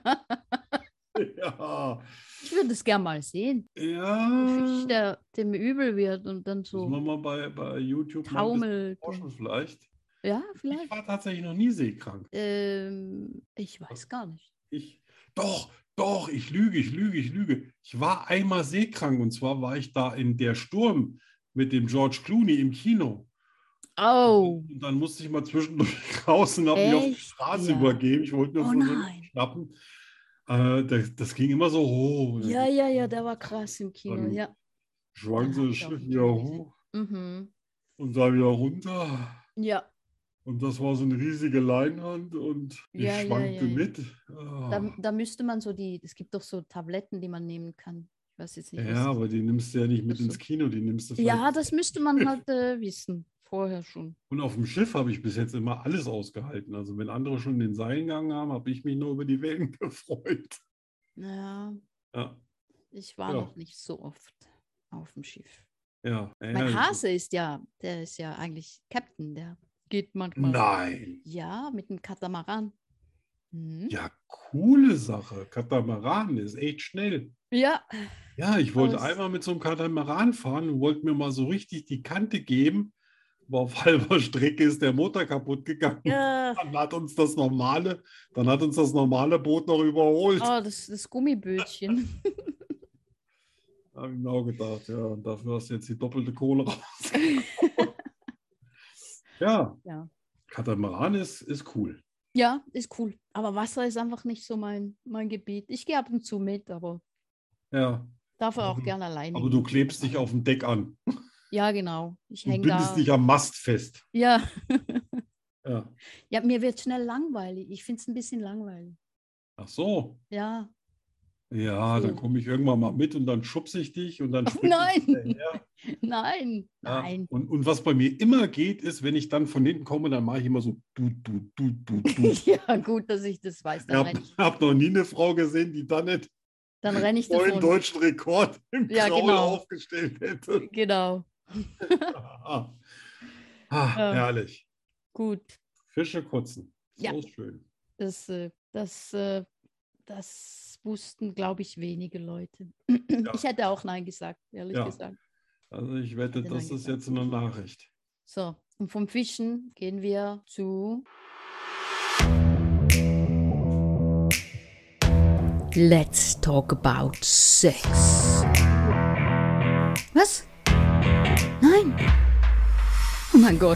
Ja. Ich würde es gerne mal sehen. Ein Fisch, Ja. der dem übel wird und dann Müssen wir so mal bei, bei YouTube mal ein bisschen taumelt. forschen Und, vielleicht. ja, Ich vielleicht. war tatsächlich noch nie seekrank. Ähm, ich weiß gar nicht. Ich, doch, doch, ich lüge, ich lüge, ich lüge. Ich war einmal seekrank und zwar war ich da in Der Sturm mit dem George Clooney im Kino. Oh, Und dann musste ich mal zwischendurch raus und habe mich auf die Echt? Straße Ja. übergeben. Ich wollte nur Oh von so nein. schnappen. Äh, das, das ging immer so hoch. Und dann ja, ja, ja, der war krass im Kino. Dann Ja. schwank so Den hab das ich auch Schiff im wieder Kino gesehen. hoch Mhm. und dann wieder runter. Ja, Und das war so eine riesige Leinwand und ich Ja, ja, schwankte ja, ja. mit. Ah. da, da müsste man so die, es gibt doch so Tabletten, die man nehmen kann. Ich weiß jetzt nicht, was Ja, das aber die nimmst du ja nicht mit Ach so. ins Kino, die nimmst du Ja, vielleicht. das müsste man halt äh, wissen. Vorher schon. Und auf dem Schiff habe ich bis jetzt immer alles ausgehalten. Also wenn andere schon den Seil gegangen haben, habe ich mich nur über die Wellen gefreut. Naja, Ja, ich war Ja. noch nicht so oft auf dem Schiff. ja. Mein ja. Hase ist ja, der ist ja eigentlich Captain, der geht manchmal. Nein. Ja, mit dem Katamaran. Mhm. Ja, coole Sache. Katamaran ist echt schnell. Ja, Ja, ich wollte Aus- einmal mit so einem Katamaran fahren und wollte mir mal so richtig die Kante geben. Aber auf halber Strecke ist der Motor kaputt gegangen. ja. Dann hat uns das normale, dann hat uns das normale Boot noch überholt. Oh, das, das Gummibötchen. Da habe ich mir auch gedacht, ja, und dafür hast du jetzt die doppelte Kohle raus. Ja, Ja. Katamaran ist, ist cool. Ja, ist cool. Aber Wasser ist einfach nicht so mein, mein Gebiet. Ich gehe ab und zu mit, aber Ja, dafür auch Aber- gerne alleine. aber du gehen. klebst dich auf dem Deck an Ja, genau. Ich und hänge bindest da. dich am Mast fest. Ja. Ja. Ja, mir wird schnell langweilig. Ich finde es ein bisschen langweilig. Ach so. Ja. Ja, dann So. komme ich irgendwann mal mit und dann schubse ich dich und dann Oh, springe ich nein. hinterher. Nein, Ja. nein. Und, und was bei mir immer geht, ist, wenn ich dann von hinten komme, dann mache ich immer so du, du, du, du, du. Ja, gut, dass ich das weiß. Ich Dann habe renne ich, hab noch nie eine Frau gesehen, die dann nicht dann renn ich neuen davon. deutschen Rekord im Ja, Kraul genau. aufgestellt hätte. Genau. Ah, ah, Ja. herrlich. Gut. Fische kotzen. So Ja. schön. Das, äh, das, äh, das wussten, glaube ich, wenige Leute. Ich hätte auch Nein gesagt, ehrlich Ja. gesagt. Also ich wette, Hätte das dann ist gesagt. jetzt eine Nachricht. So, und vom Fischen gehen wir zu. Let's talk about sex. Was? Nein. Oh mein Gott.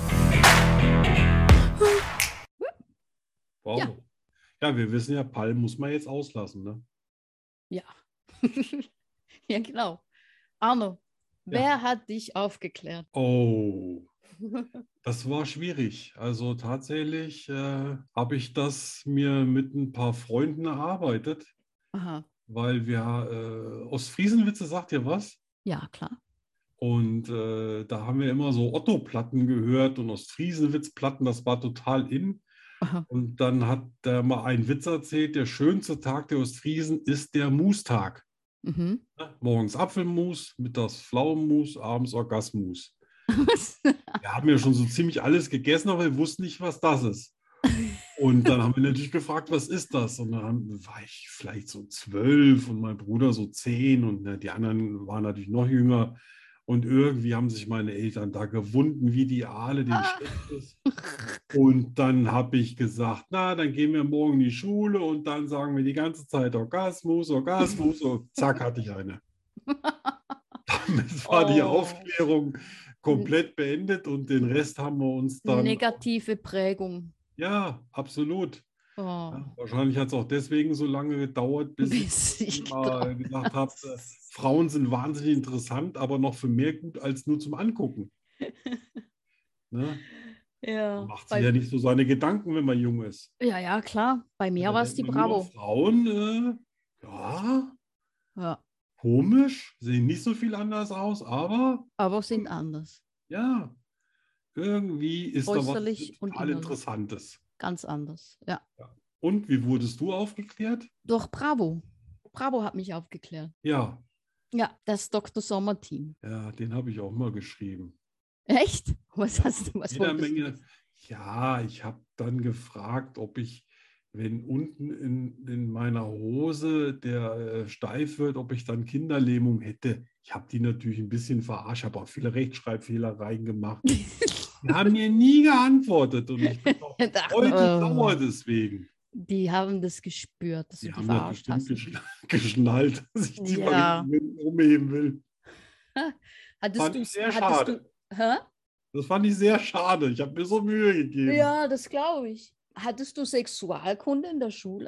Wow. Ja. Ja. wir wissen ja, Palm muss man jetzt auslassen. Ne? Ja. Ja, genau. Arno, wer hat dich aufgeklärt? Oh, das war schwierig. Also tatsächlich äh, habe ich das mir mit ein paar Freunden erarbeitet, Aha. weil wir äh, Ostfriesenwitze, sagt ihr was? Ja, klar. Und äh, da haben wir immer so Otto-Platten gehört und Ostfriesenwitz-Platten, das war total in. Aha. Und dann hat der mal einen Witz erzählt, der schönste Tag der Ostfriesen ist der Mustag. Mhm. Ne? Morgens Apfelmus, mittags Pflaumenmus, abends Orgasmus. Wir haben ja schon so ziemlich alles gegessen, aber wir wussten nicht, was das ist. Und dann haben wir natürlich gefragt, was ist das? Und dann haben- war ich vielleicht so zwölf und mein Bruder so zehn und ne, die anderen waren natürlich noch jünger. Und irgendwie haben sich meine Eltern da gewunden, wie die Aale, denen Ah. schlecht ist. Und dann habe ich gesagt, na, dann gehen wir morgen in die Schule und dann sagen wir die ganze Zeit Orgasmus, Orgasmus und zack, hatte ich eine. Damit war die Oh. Aufklärung komplett beendet und den Rest haben wir uns dann, Negative Prägung. ja, absolut. Oh, Ja, wahrscheinlich hat es auch deswegen so lange gedauert, bis bis ich ich mal glaub, gesagt habe, äh, Frauen sind wahnsinnig interessant, aber noch für mehr gut als nur zum Angucken. Ne? Man ja, macht sich bei, ja nicht so seine Gedanken, wenn man jung ist. ja, ja, klar. Bei Ja, mir da war es denkt die man nur, Bravo. Frauen, äh, ja, Ja, komisch, sehen nicht so viel anders aus, aber aber sind anders. ja, irgendwie ist da was Äußerlich und total innerlich. Interessantes. Ganz anders. Ja. Ja. Und wie wurdest du aufgeklärt? Doch, Bravo. Bravo hat mich aufgeklärt. Ja, Ja, das Doktor Sommer-Team. ja, den habe ich auch mal geschrieben. Echt? Was Ja, hast du, was jeder wolltest du Menge. wissen? Ja, ich habe dann gefragt, ob ich, wenn unten in, in meiner Hose der äh, steif wird, ob ich dann Kinderlähmung hätte. Ich habe die natürlich ein bisschen verarscht, habe auch viele Rechtschreibfehler reingemacht. Die haben mir nie geantwortet und ich bin auch Ich dachte, heute oh. sauer deswegen. Die haben das gespürt, dass Die du die haben das verarscht bestimmt hast. geschn- geschnallt, dass ich die Ja. mal umheben will. Hattest Fand du, ich sehr hattest schade. du, hä? Das fand ich sehr schade. Ich habe mir so Mühe gegeben. Ja, das glaube ich. Hattest du Sexualkunde in der Schule?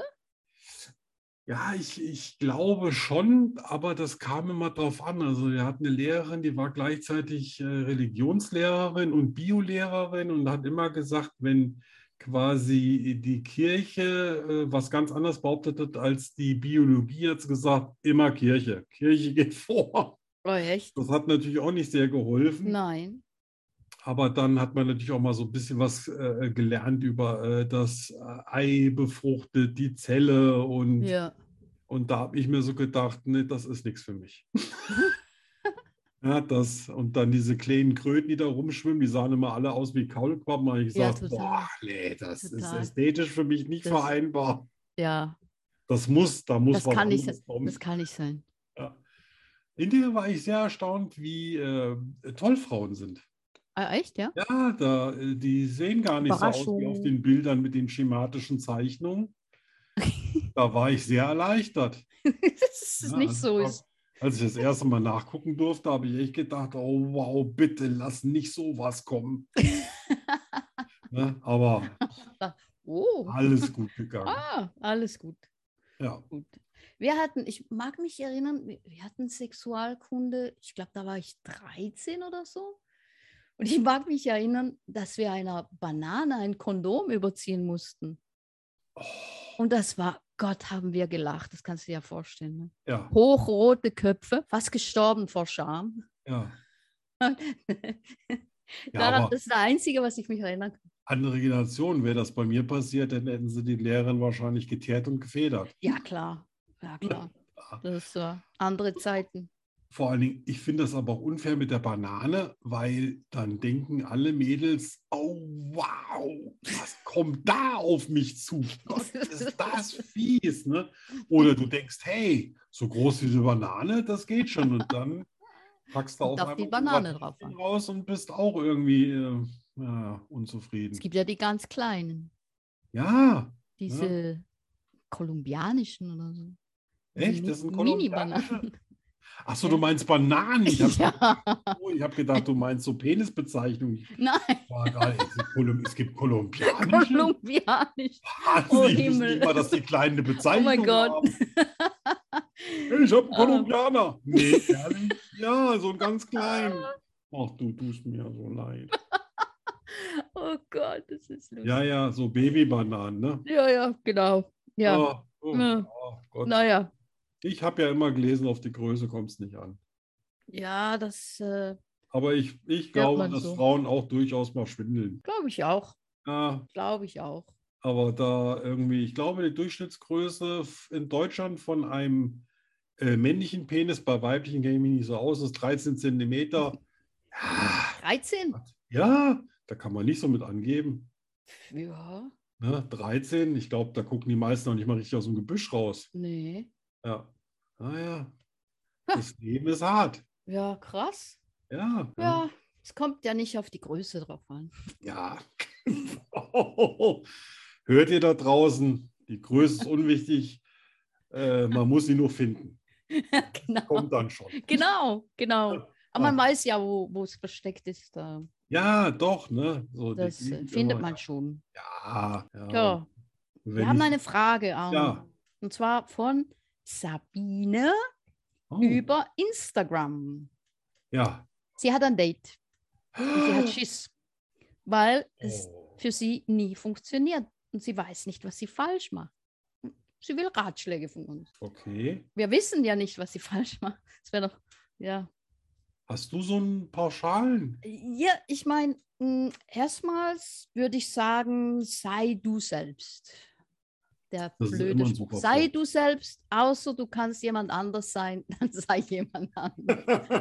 Ja, ich, ich glaube schon, aber das kam immer drauf an. Also wir hatten eine Lehrerin, die war gleichzeitig äh, Religionslehrerin und Biolehrerin und hat immer gesagt, wenn quasi die Kirche äh, was ganz anderes behauptet hat als die Biologie, hat sie gesagt, immer Kirche. Kirche geht vor. Oh, echt? Das hat natürlich auch nicht sehr geholfen. Nein. Aber dann hat man natürlich auch mal so ein bisschen was äh, gelernt über äh, das äh, Ei befruchtet, die Zelle und, Ja. und da habe ich mir so gedacht, nee, das ist nichts für mich. Ja, das, und dann diese kleinen Kröten, die da rumschwimmen, die sahen immer alle aus wie Kaulquappen. Da habe ich Ja, gesagt, total. boah, nee, das ist Total. ästhetisch für mich nicht Das- vereinbar. Ja, Das muss, da muss das was kann nicht anderes sein. kommen. Das kann nicht sein. Ja. Hinterher war ich sehr erstaunt, wie äh, toll Frauen sind. Ah, echt, ja? Ja, da, äh, die sehen gar nicht so aus wie auf Überraschung. den Bildern mit den schematischen Zeichnungen. Da war ich sehr erleichtert. Dass es Ja, nicht also so ich ist. hab, als ich das erste Mal nachgucken durfte, habe ich echt gedacht, oh wow, bitte lass nicht sowas kommen. Ne? Aber Oh. alles gut gegangen. Ah, alles gut. Ja. Gut. Wir hatten, ich mag mich erinnern, wir wir hatten Sexualkunde, ich glaube, da war ich dreizehn oder so. Und ich mag mich erinnern, dass wir einer Banane ein Kondom überziehen mussten. Oh, Und das war, Gott, haben wir gelacht, das kannst du dir ja vorstellen. Ne? ja, Hochrote Köpfe, fast gestorben vor Scham. ja. Daran, Ja, aber das ist das Einzige, was ich mich erinnern kann. andere Generationen, wäre das bei mir passiert, dann hätten sie die Lehrerin wahrscheinlich geteert und gefedert. Ja, klar. Ja, klar. Das war andere Zeiten. Vor allen Dingen, ich finde das aber auch unfair mit der Banane, weil dann denken alle Mädels, oh wow, was kommt da auf mich zu? Gott, ist das fies, ne? Oder du denkst, hey, so groß wie eine Banane, das geht schon. Und dann packst du Kommt auf auf die einmal Banane so drauf an. raus und bist auch irgendwie äh, ja, Es unzufrieden. gibt ja die ganz kleinen, Ja, diese kolumbianischen oder so. Diese echt? Das sind Mi- Mini-Bananen. kolumbianische? Achso, Ja. du meinst Bananen. Ich habe Ja, oh, ich hab gedacht, du meinst so Penisbezeichnungen. nein, War gerade, es gibt Kolum- es gibt kolumbianische. kolumbianisch. Wahnsinn, Oh, ich wusste Himmel. nicht mal, dass die Kleinen eine Oh Bezeichnung mein Gott. haben. Hey, ich habe einen Ah. Kolumbianer. Nee, ehrlich? Ja, so einen ganz kleinen. Ach, du tust mir so leid. Oh Gott, das ist lustig. Ja, ja, so Babybananen, ne? Ja, ja, genau. Ja, Oh, oh, Ja. oh Gott. naja. Ich habe ja immer gelesen, auf die Größe kommt es nicht an. Ja, das äh, Aber ich, ich Hört glaube, man dass so. Frauen auch durchaus mal schwindeln. glaube ich auch. Ja, Glaube ich auch. aber da irgendwie, ich glaube, die Durchschnittsgröße f- in Deutschland von einem äh, männlichen Penis, bei weiblichen kenne ich mich nicht so aus, ist dreizehn Zentimeter. Ja, dreizehn? ja, da kann man nicht so mit angeben. Ja, Ne? dreizehn, ich glaube, da gucken die meisten noch nicht mal richtig aus dem Gebüsch raus. nee. Ja, naja, das Leben ist hart. Ja, krass. Ja, Ja, es kommt ja nicht auf die Größe drauf an. ja. Hört ihr da draußen? Die Größe ist unwichtig. Äh, man muss sie nur finden. genau. Kommt dann schon. Genau, genau. Aber Ah. man weiß ja, wo wo es versteckt ist. Da. Ja, doch, ne? So, die Das äh, liegen findet immer- man schon. Ja, ja. Ja, Wenn Wir haben ich, eine Frage, Arno. Ja. Und zwar von Sabine oh, über Instagram. ja. Sie hat ein Date und sie hat Schiss, weil es Oh. für sie nie funktioniert und sie weiß nicht, was sie falsch macht. Sie will Ratschläge von uns. Okay. Wir wissen ja nicht, was sie falsch macht. Das wäre doch, ja. Hast du so einen Pauschalen? Ja, ich meine, erstmals würde ich sagen, sei du selbst. Der Das ist blöde immer ein Spruch. super Sei Spruch. du selbst, außer du kannst jemand anders sein, dann sei jemand anders.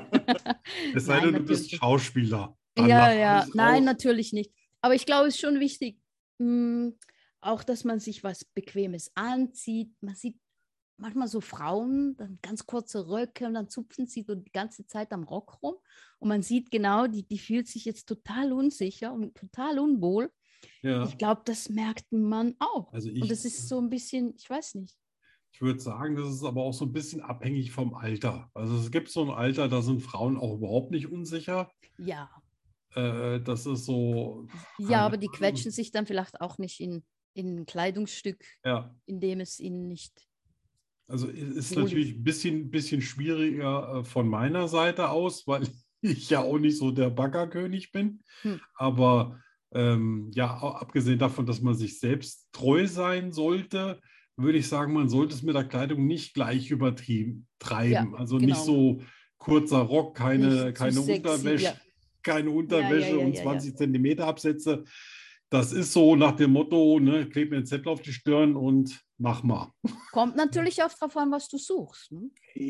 Es sei Nein, denn, du bist natürlich nicht. Schauspieler. Dann Ja, lass ja, alles nein, raus. natürlich nicht. Aber ich glaube, es ist schon wichtig, mh, auch, dass man sich was Bequemes anzieht. Man sieht manchmal so Frauen, dann ganz kurze Röcke und dann zupfen sie so die ganze Zeit am Rock rum. Und man sieht genau, die, die fühlt sich jetzt total unsicher und total unwohl. Ja. Ich glaube, das merkt man auch. Also und ich, das ist so ein bisschen, ich weiß nicht. ich würde sagen, das ist aber auch so ein bisschen abhängig vom Alter. Also es gibt so ein Alter, da sind Frauen auch überhaupt nicht unsicher. Ja, Äh, das ist so, ja, keine aber die Ahnung. quetschen sich dann vielleicht auch nicht in, in ein Kleidungsstück, Ja, in dem es ihnen nicht. also es ist Wohl natürlich ein bisschen, bisschen schwieriger äh, von meiner Seite aus, weil ich ja auch nicht so der Baggerkönig bin. Hm. Aber ähm, ja, auch abgesehen davon, dass man sich selbst treu sein sollte, würde ich sagen, man sollte es mit der Kleidung nicht gleich übertrieben treiben. Ja, Also genau. nicht so kurzer Rock, keine, Nicht zu keine sexy, Unterwäsche, ja. keine ja, Unterwäsche ja, und ja, ja. zwanzig Zentimeter Absätze. Das ist so nach dem Motto, ne, kleb mir einen Zettel auf die Stirn und mach mal. Kommt natürlich auch darauf an, was du suchst. Ne?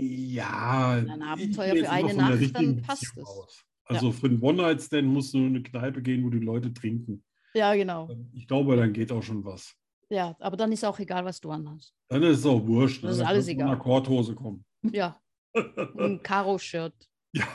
Ja, Ein ich Abenteuer gehe für jetzt immer eine von der Nacht, richtigen dann passt Beziehung es. aus. Also für einen One-Night-Stand musst du in eine Kneipe gehen, wo die Leute trinken. Ja, genau. Ich glaube, dann geht auch schon was. Ja, aber dann ist auch egal, was du anhast. Dann ist es auch wurscht. Ne? Das ist Dann alles kannst du in einer egal. Korthose kommen. Ja, ein Karo-Shirt. Ja.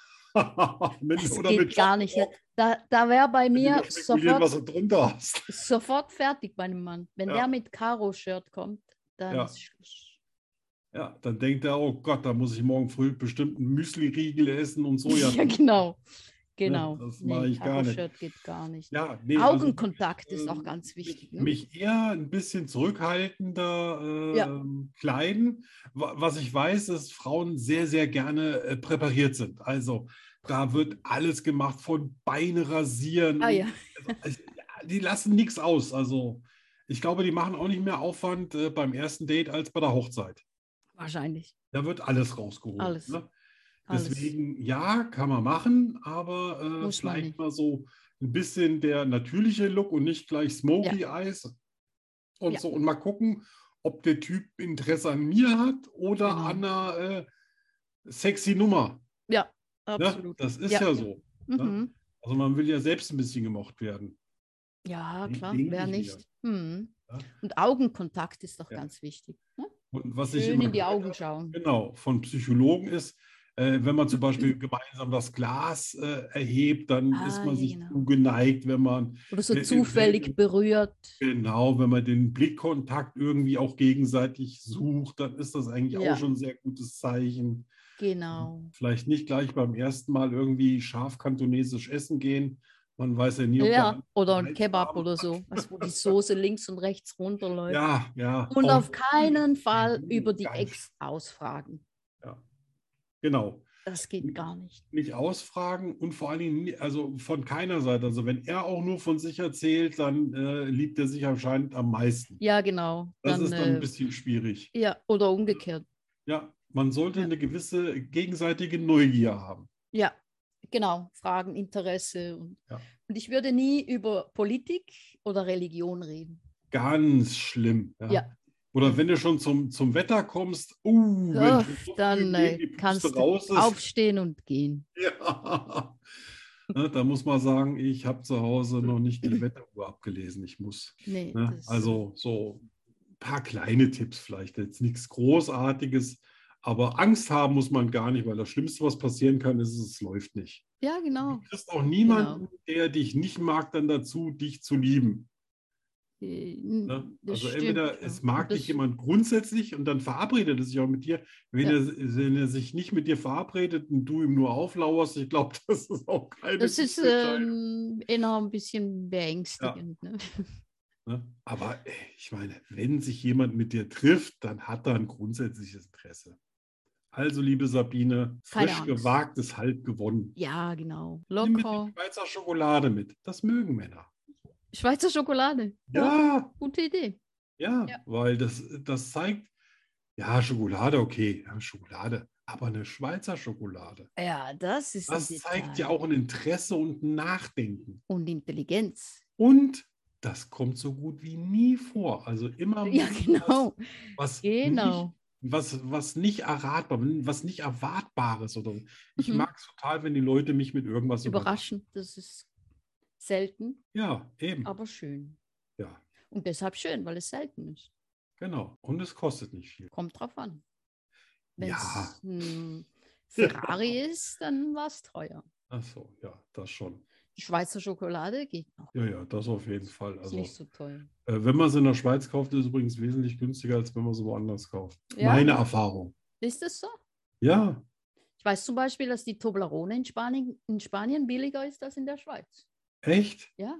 mit, Das oder geht mit gar nicht. Joggingrock, Da, da wäre bei wenn die mir noch spekulieren, was sofort, du drunter hast. sofort fertig bei einem Mann. Wenn Ja. der mit Karo-Shirt kommt, dann Ja. ist Schluss. Ja, dann denkt er, oh Gott, da muss ich morgen früh bestimmt einen Müsli-Riegel essen und so. Ja, genau. Genau. das mache ich gar nicht. Karo-Shirt geht gar nicht. Ja, nee, also Augenkontakt ist ähm, auch ganz wichtig. Ne? mich eher ein bisschen zurückhaltender äh, Ja. kleiden. Wa- Was ich weiß, ist, dass Frauen sehr, sehr gerne äh, präpariert sind. Also da wird alles gemacht, von Beine rasieren. Ah und- ja. also, also, ja, die lassen nichts aus. Also ich glaube, die machen auch nicht mehr Aufwand äh, beim ersten Date als bei der Hochzeit. Wahrscheinlich. Da wird alles rausgeholt. Alles. Ne? Alles. Deswegen, ja, kann man machen, aber äh, Muss man vielleicht nicht. mal so ein bisschen der natürliche Look und nicht gleich Smoky Eyes und Ja. so. Und mal gucken, ob der Typ Interesse an mir hat oder Genau. an einer äh, sexy Nummer. Ja, Ne? absolut. Das ist Ja. ja, so. Ne? Mhm. Also man will ja selbst ein bisschen gemocht werden. Ja, Den- klar, den wer nicht nicht. Mhm. Ja. Und Augenkontakt ist doch Ja. ganz wichtig. Ne? Und was ich Schön immer in die gehört Augen habe, schauen. genau, von Psychologen ist, äh, wenn man zum Beispiel gemeinsam das Glas äh, erhebt, dann Ah, ist man ja, sich genau. zugeneigt, wenn man Oder so äh, im zufällig selben- berührt. Genau, wenn man den Blickkontakt irgendwie auch gegenseitig sucht, dann ist das eigentlich Ja. auch schon ein sehr gutes Zeichen. Genau. Vielleicht nicht gleich beim ersten Mal irgendwie scharf kantonesisch essen gehen. Man weiß ja nie, ob Ja, da oder ein Reizdarm- Kebab oder so, was, wo die Soße links und rechts runterläuft. Ja, ja. Und Auch- auf keinen Fall Mhm, über die ganz- Ex ausfragen. Ja. Genau. Das geht gar nicht. Nicht ausfragen und vor allen Dingen, nie- also von keiner Seite. Also wenn er auch nur von sich erzählt, dann äh, liebt er sich anscheinend am meisten. Ja, genau. Das Dann, ist dann ein äh, bisschen schwierig. ja, oder umgekehrt. Ja, man sollte Ja. eine gewisse gegenseitige Neugier haben. Ja, genau. Fragen, Interesse. Und, Ja. und ich würde nie über Politik oder Religion reden. Ganz schlimm. Ja. Ja. Oder wenn du schon zum, zum Wetter kommst, uh, wenn Ja, schon so dann früh äh, die Puste kannst du raus ist. aufstehen und gehen. Ja. Ne, da muss man sagen, ich habe zu Hause noch nicht die Wetteruhr abgelesen. Ich muss. Nee, Ne? das, Also so ein paar kleine Tipps vielleicht, jetzt nichts Großartiges, aber Angst haben muss man gar nicht, weil das Schlimmste, was passieren kann, ist, es läuft nicht. ja, genau. Du kriegst auch niemanden, Genau. der dich nicht mag, dann dazu, dich zu lieben. Äh, Ne? das Also stimmt, entweder ja. es mag Und das- dich jemand grundsätzlich und dann verabredet er sich auch mit dir. Wenn, Ja. er, wenn er sich nicht mit dir verabredet und du ihm nur auflauerst, ich glaube, das ist auch keine Das ist gute Entscheidung. ähm, eher ein bisschen beängstigend. Ne? Ne? Aber ey, ich meine, wenn sich jemand mit dir trifft, dann hat er ein grundsätzliches Interesse. Also, liebe Sabine, Keine frisch Angst. gewagt ist halb gewonnen. Ja, genau. Nimm mit die Locker. Schweizer Schokolade mit. Das mögen Männer. Schweizer Schokolade. Ja, Gute Idee. ja, Ja. weil das, das zeigt, ja, Schokolade, okay, ja, Schokolade, aber eine Schweizer Schokolade. Ja, das ist ein Das zeigt ja Detail. auch ein Interesse und ein Nachdenken. Und Intelligenz. Und das kommt so gut wie nie vor. Also immer Ja, muss genau. was, was Genau. nicht, was, was nicht erratbar, was nicht Erwartbares oder so. Ich Mhm. mag es total, wenn die Leute mich mit irgendwas Überraschend. Das ist selten, Ja, eben. aber schön. Ja, Und deshalb schön, weil es selten ist. genau. Und es kostet nicht viel. Kommt drauf an. Wenn es Ja. ein Ferrari ist, dann war es teuer. Ach so, ja, das schon. Die Schweizer Schokolade geht noch. Ja, ja, das auf jeden Fall. Ist Also, nicht so teuer. äh, wenn man sie in der Schweiz kauft, ist es übrigens wesentlich günstiger, als wenn man sie woanders kauft. Ja? Meine Erfahrung. Ist das so? Ja, Ich weiß zum Beispiel, dass die Toblerone in Spanien, in Spanien billiger ist als in der Schweiz. echt? Ja?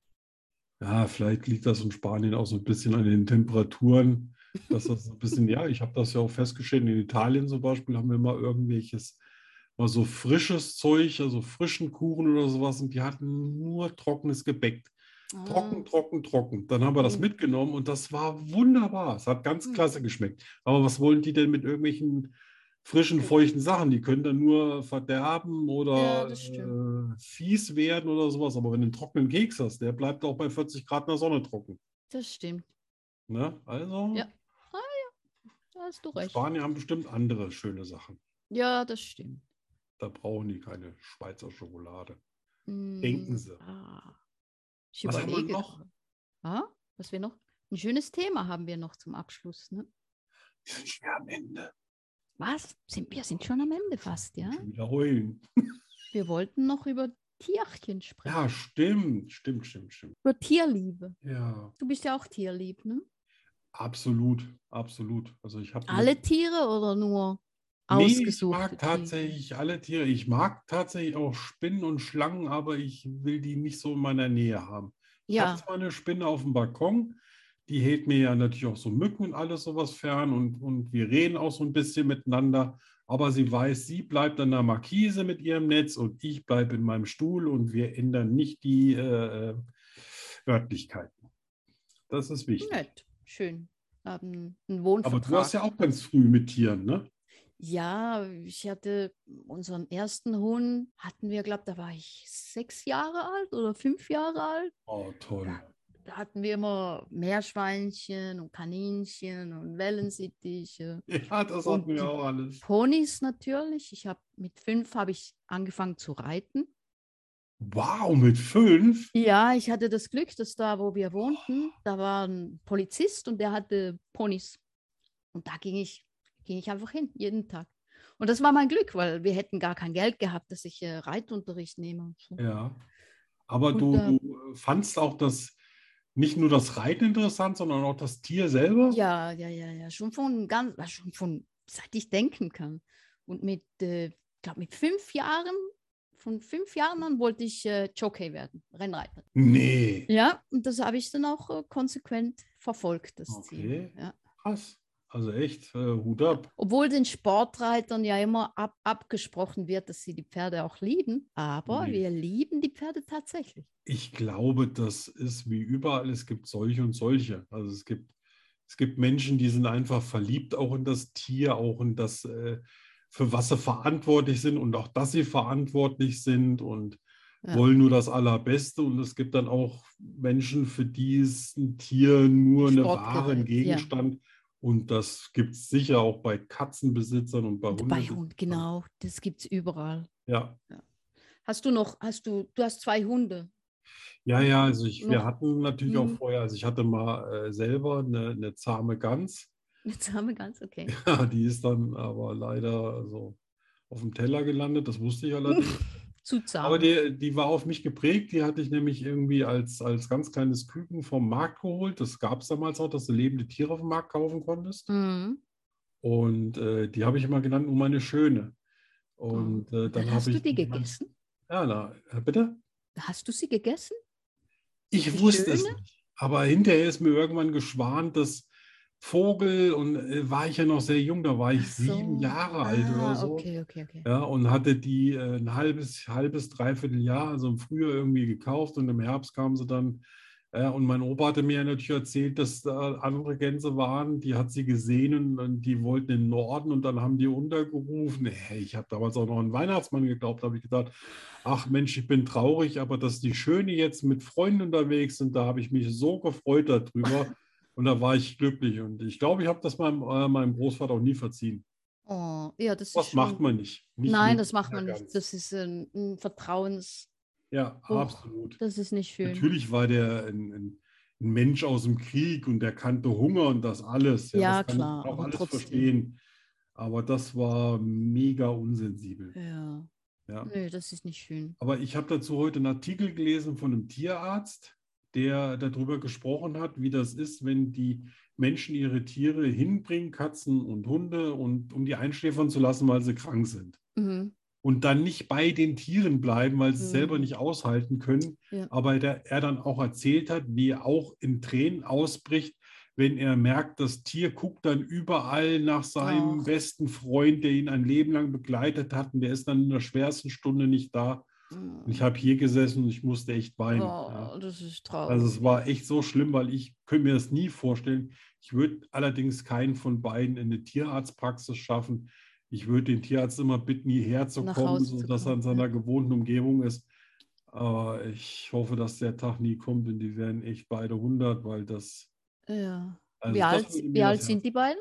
Ja, vielleicht liegt das in Spanien auch so ein bisschen an den Temperaturen, dass das ein bisschen, ja, ich habe das ja auch festgestellt, in Italien zum Beispiel haben wir mal irgendwelches, mal so frisches Zeug, also frischen Kuchen oder sowas und die hatten nur trockenes Gebäck. Trocken, Ah, trocken, trocken. Dann haben wir das Mhm. mitgenommen und das war wunderbar. Es hat ganz Mhm. klasse geschmeckt. Aber was wollen die denn mit irgendwelchen frischen, feuchten Sachen? Die können dann nur verderben Ja, oder das stimmt. äh, fies werden oder sowas. Aber wenn du einen trockenen Keks hast, der bleibt auch bei vierzig Grad in der Sonne trocken. Das stimmt. Ne? Also, Ja. Ah ja, da hast du recht. Spanier haben bestimmt andere schöne Sachen. Ja, das stimmt. Da brauchen die keine Schweizer Schokolade. Mm, Denken Sie. Ah, ich Was haben wir überlege noch? gerade. Ah, was wir noch? Ein schönes Thema haben wir noch zum Abschluss. Ne? Wir sind schwer am Ende. Was? Sind, wir sind schon am Ende fast, ja? Schon wieder heulen. Wir wollten noch über Tierchen sprechen. Ja, stimmt, stimmt, stimmt, stimmt. Über Tierliebe. Ja. Du bist ja auch tierlieb, ne? Absolut, absolut. Also ich habe Alle Tiere oder nur nee, ich ausgesuchte mag Tiere? tatsächlich alle Tiere. Ich mag tatsächlich auch Spinnen und Schlangen, aber ich will die nicht so in meiner Nähe haben. Ich Ja. habe zwar eine Spinne auf dem Balkon, die hält mir ja natürlich auch so Mücken und alles sowas fern und, und wir reden auch so ein bisschen miteinander, aber sie weiß, sie bleibt an der Markise mit ihrem Netz und ich bleibe in meinem Stuhl und wir ändern nicht die äh, Örtlichkeiten. Das ist wichtig. Nett, schön. Haben einen Aber Wohnvertrag. du hast ja auch ganz früh mit Tieren, ne? Ja, ich hatte unseren ersten Hund, hatten wir, glaube da war ich sechs Jahre alt oder fünf Jahre alt. Oh, toll. Da, da hatten wir immer Meerschweinchen und Kaninchen und Wellensittiche. Ja, das Und hatten wir die auch alles. Ponys natürlich. Ich habe mit fünf habe ich angefangen zu reiten. Wow, mit fünf? Ja, ich hatte das Glück, dass da, wo wir wohnten, da war ein Polizist und der hatte Ponys. Und da ging ich, ging ich einfach hin, jeden Tag. Und das war mein Glück, weil wir hätten gar kein Geld gehabt, dass ich äh, Reitunterricht nehme. Und so. Ja. Aber Und, du, äh, du fandst auch das, nicht nur das Reiten interessant, sondern auch das Tier selber? Ja, ja, ja, ja, schon von ganz, äh, schon von, seit ich denken kann. Und mit, äh, ich glaube, mit fünf Jahren, von fünf Jahren an wollte ich äh, Jockey werden, Rennreiter. Nee. Ja, und das habe ich dann auch äh, konsequent verfolgt, das Okay. Ziel. Ja. Krass. Also echt, äh, Hut ab. Obwohl den Sportreitern ja immer ab, abgesprochen wird, dass sie die Pferde auch lieben. Aber Nee. wir lieben die Pferde tatsächlich. Ich glaube, das ist wie überall, es gibt solche und solche. Also es gibt, es gibt Menschen, die sind einfach verliebt auch in das Tier, auch in das, äh, für was sie verantwortlich sind und auch, dass sie verantwortlich sind und Ja. wollen nur das Allerbeste. Und es gibt dann auch Menschen, für die ist ein Tier nur eine Ware, ein Sportgerät, ja. Gegenstand. Und das gibt es sicher auch bei Katzenbesitzern und bei Und bei Hundebesitzern. Hund, genau, das gibt es überall. Ja, Hast du noch, hast du, du hast zwei Hunde. ja, ja, also ich, wir Noch- hatten natürlich auch Mhm. vorher, also ich hatte mal äh, selber eine, eine zahme Gans. Jetzt haben wir ganz okay. Ja, die ist dann aber leider also auf dem Teller gelandet, das wusste ich allerdings. Zu zahm. Aber die, die war auf mich geprägt, die hatte ich nämlich irgendwie als, als ganz kleines Küken vom Markt geholt. Das gab es damals auch, dass du lebende Tiere auf dem Markt kaufen konntest. Mhm. Und äh, die habe ich immer genannt, um meine Schöne. Und äh, Und dann dann hast habe du ich die die mal- gegessen? Ja, na, äh, bitte? Hast du sie gegessen? Ich Die wusste es Schöne? nicht. aber hinterher ist mir irgendwann geschwant, dass Vogel, und äh, war ich ja noch sehr jung, da war ich Ach sieben so. Jahre alt oder Ah, so. okay, okay, okay. Ja, und hatte die äh, ein halbes, halbes, dreiviertel Jahr, also im Frühjahr irgendwie gekauft und im Herbst kamen sie dann. Äh, und mein Opa hatte mir natürlich erzählt, dass da andere Gänse waren, die hat sie gesehen und, und die wollten in den Norden und dann haben die untergerufen. Hey, ich habe damals auch noch an Weihnachtsmann geglaubt, da habe ich gedacht, ach Mensch, ich bin traurig, aber dass die Schöne jetzt mit Freunden unterwegs sind, da habe ich mich so gefreut darüber und da war ich glücklich und ich glaube, ich habe das meinem, äh, meinem Großvater auch nie verziehen. Oh, ja, das ist Was macht schon. man nicht? Nicht Nein, mit das macht einer man nicht. Gans. Das ist ein, ein Vertrauens. Ja, Oh, absolut. das ist nicht schön. Natürlich war der ein, ein, ein Mensch aus dem Krieg und der kannte Hunger und das alles. Ja, Ja, das kann klar, ich auch aber alles trotzdem. verstehen. Aber das war mega unsensibel. Ja, Ja. nö, das ist nicht schön. Aber ich habe dazu heute einen Artikel gelesen von einem Tierarzt, der darüber gesprochen hat, wie das ist, wenn die Menschen ihre Tiere hinbringen, Katzen und Hunde, und um die einschläfern zu lassen, weil sie krank sind. Mhm. Und dann nicht bei den Tieren bleiben, weil sie es Mhm. selber nicht aushalten können. Ja. Aber der, er dann auch erzählt hat, wie er auch in Tränen ausbricht, wenn er merkt, das Tier guckt dann überall nach seinem Ach. besten Freund, der ihn ein Leben lang begleitet hat, und der ist dann in der schwersten Stunde nicht da. Und ich habe hier gesessen und ich musste echt weinen. Oh, Ja. das ist traurig. Also es war echt so schlimm, weil ich könnte mir das nie vorstellen. Ich würde allerdings keinen von beiden in eine Tierarztpraxis schaffen. Ich würde den Tierarzt immer bitten, hierher zu Nach kommen, Hause zu sodass er in kommen, seiner ja. gewohnten Umgebung ist. Aber ich hoffe, dass der Tag nie kommt und die werden echt beide hundert, weil das, Ja. also Wie das alt, würde wie mir alt das sind Herz. die beiden?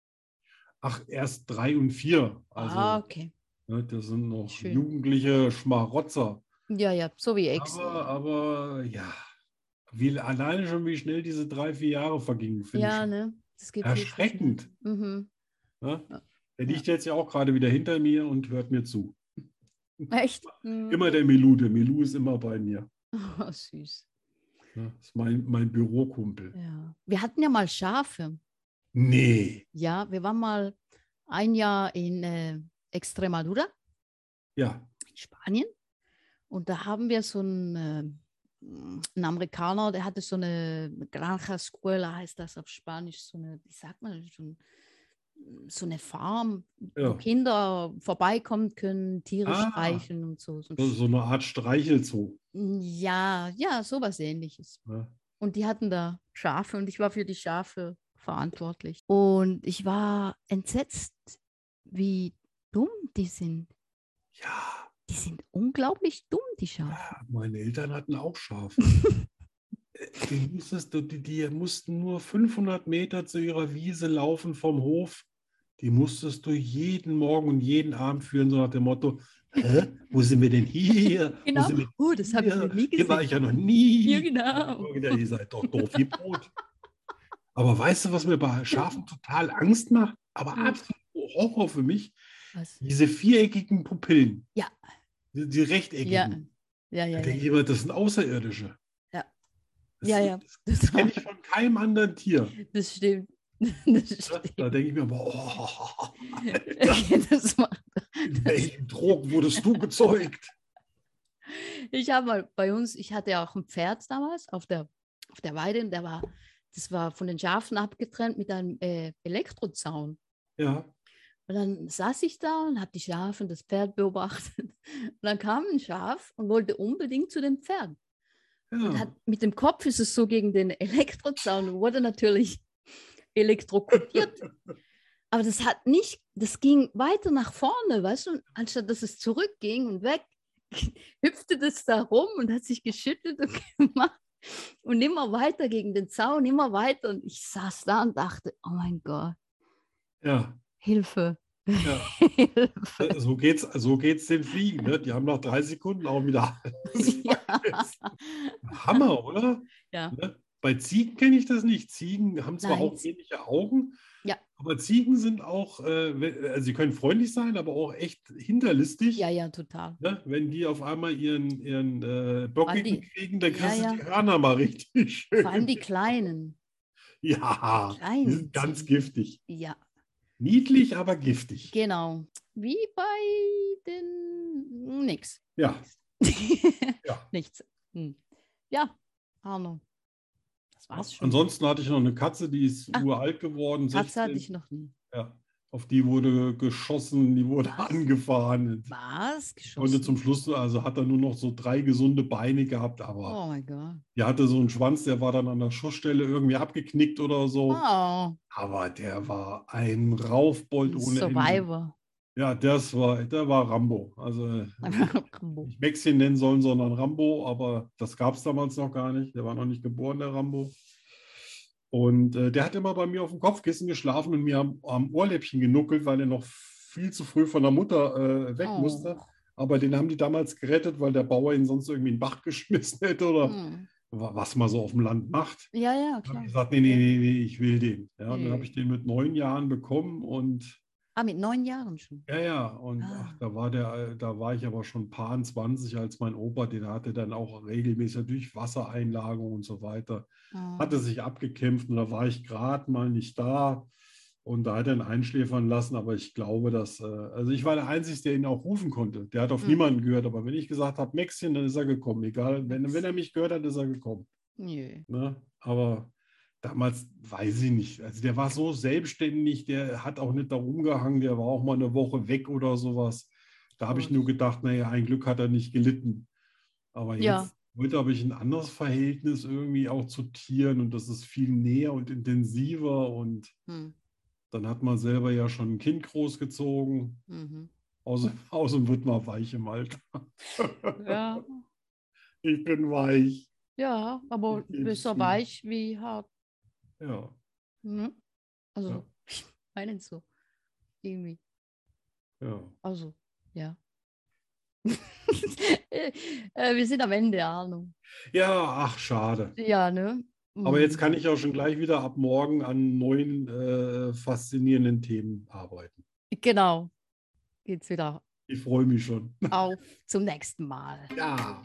Ach, erst drei und vier. Also, Ah, okay. ne, das sind noch Schön. jugendliche Schmarotzer. Ja, ja, so wie Ex. Aber, aber ja, wie, alleine schon, wie schnell diese drei, vier Jahre vergingen, finde ich Ja, schon ne? Das geht viel zu schnell. erschreckend. Mhm. Ne? Ja. Der liegt jetzt ja auch gerade wieder hinter mir und hört mir zu. Echt? Mhm. Immer der Milou. Der Milou ist immer bei mir. Oh, süß. Ne? Das ist mein, mein Bürokumpel. Ja. Wir hatten ja mal Schafe. Nee. Ja, wir waren mal ein Jahr in äh, Extremadura, Ja. in Spanien. Und da haben wir so einen, äh, einen Amerikaner, der hatte so eine Granja Escuela, heißt das auf Spanisch, so eine, wie sagt man, so, ein, so eine Farm, Ja. wo Kinder vorbeikommen können, Tiere Ah. streicheln und so. So ein So, so eine Art Streichelzoo. Ja, ja, sowas Ähnliches. Ne? Und die hatten da Schafe und ich war für die Schafe verantwortlich. Und ich war entsetzt, wie dumm die sind. Ja, Die sind unglaublich dumm, die Schafe. ja, meine Eltern hatten auch Schafe. Die, musstest du, die, die mussten nur fünfhundert Meter zu ihrer Wiese laufen vom Hof. Die musstest du jeden Morgen und jeden Abend führen, so nach dem Motto: Hä? Wo sind wir denn hier? Genau. Wo sind wir Oh, das habe ich hier? noch nie Hier war gesehen. ich ja noch nie. Ja, genau. Ja, ihr seid doch doof wie Brot. Aber weißt du, was mir bei Schafen total Angst macht? Aber Hm. absolut Horror für mich? Was? Diese viereckigen Pupillen. Ja. Die, die rechteckigen. Ja, ja, Da ja. denke ich Ja, immer, das sind Außerirdische. Ja. Das, Ja, ja. das, das kenne ich von keinem anderen Tier. das stimmt. Das Da, stimmt. da denke ich mir aber, oh, das macht, in welchem Trog wurdest du gezeugt? ich habe mal bei uns, ich hatte ja auch ein Pferd damals auf der, auf der Weide und der war, das war von den Schafen abgetrennt mit einem äh, Elektrozaun. Ja, Und dann saß ich da und habe die Schafe und das Pferd beobachtet. Und dann kam ein Schaf und wollte unbedingt zu dem Pferd. Und ja. hat, mit dem Kopf ist es so gegen den Elektrozaun und wurde natürlich elektrokutiert. Aber das hat nicht, das ging weiter nach vorne, weißt du, und anstatt dass es zurückging und weg, hüpfte das da rum und hat sich geschüttelt und gemacht und immer weiter gegen den Zaun, immer weiter. Und ich saß da und dachte, oh mein Gott, Ja, Hilfe, ja. Hilfe. So geht's, so geht's den Fliegen. Ne? Die haben nach drei Sekunden auch wieder alles Ja. vergessen. Hammer, oder? Ja. Ne? Bei Ziegen kenne ich das nicht. Ziegen haben zwar Nein. auch ähnliche Augen, Ja. aber Ziegen sind auch, äh, we- also sie können freundlich sein, aber auch echt hinterlistig. Ja, ja, total. Ne? Wenn die auf einmal ihren, ihren äh, Bockigen die- kriegen, dann ja, kriegst du ja. die Hörner mal richtig schön. Vor allem die Kleinen. Ja, die Kleinen sind ganz Ziegen. giftig. Ja, Niedlich, aber giftig. genau. Wie bei den nix. Ja, ja. Nichts. Hm. Ja, Arno. Das war's schon. Ansonsten hatte ich noch eine Katze, die ist Ah, uralt geworden. Katze hatte sechzehn. ich noch nie. Ja, auf die wurde geschossen, die wurde Was? angefahren. Was? Konnte zum Geschossen? Schluss, also hat er nur noch so drei gesunde Beine gehabt, aber Oh mein Gott. die hatte so einen Schwanz, der war dann an der Schussstelle irgendwie abgeknickt oder so. Oh, Aber der war ein Raufbold ein ohne Ende. Survivor. Ja, das war, der war Rambo. Also Rambo. nicht Maxchen nennen sollen, sondern Rambo, aber das gab es damals noch gar nicht. Der war noch nicht geboren, der Rambo. Und äh, der hat immer bei mir auf dem Kopfkissen geschlafen und mir am, am Ohrläppchen genuckelt, weil er noch viel zu früh von der Mutter äh, weg Oh. musste. Aber den haben die damals gerettet, weil der Bauer ihn sonst irgendwie in den Bach geschmissen hätte oder Hm. wa- was man so auf dem Land macht. Ja, ja, Ich habe klar. gesagt, nee, nee, nee, nee, ich will den. Ja, und dann Nee. habe ich den mit neun Jahren bekommen und Ah, mit neun Jahren schon. ja, ja, und Ah. ach, da war der, äh, da war ich aber schon paar zwanzig, als mein Opa, den hatte dann auch regelmäßig durch Wassereinlagerung und so weiter, Oh. hatte sich abgekämpft und da war ich gerade mal nicht da und da hat er ihn einschläfern lassen, aber ich glaube, dass, äh, also ich war der Einzige, der ihn auch rufen konnte. Der hat auf Hm. niemanden gehört, aber wenn ich gesagt habe, Maxchen, dann ist er gekommen, egal, wenn, wenn er mich gehört hat, ist er gekommen. Nö. Ne? Aber damals weiß ich nicht. Also der war so selbstständig, der hat auch nicht da rumgehangen, der war auch mal eine Woche weg oder sowas. Da habe ich Gut. nur gedacht, naja, ein Glück hat er nicht gelitten. Aber jetzt Ja. heute habe ich ein anderes Verhältnis irgendwie auch zu Tieren und das ist viel näher und intensiver und Hm. dann hat man selber ja schon ein Kind großgezogen. Mhm. Außerdem, außerdem wird man weich im Alter. Ja. Ich bin weich. Ja, aber Mir geht's besser gut. weich wie hart. Ja, Ne? Also, Ja. ich meine so. Irgendwie. ja. Also, ja. äh, wir sind am Ende, Arno. Ja, ach, schade. Ja, ne? Aber jetzt Mm. kann ich auch schon gleich wieder ab morgen an neuen äh, faszinierenden Themen arbeiten. Genau. Geht's wieder Ich freue mich schon. auf zum nächsten Mal. Ja.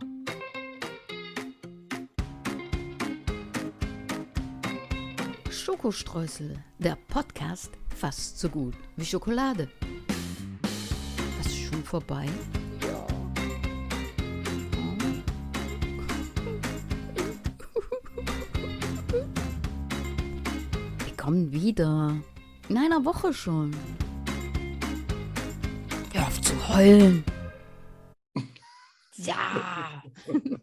Schokostreusel, der Podcast fast so gut wie Schokolade. Was ist schon vorbei? Ja. Wir kommen wieder. In einer Woche schon. Hör auf zu heulen. Ja.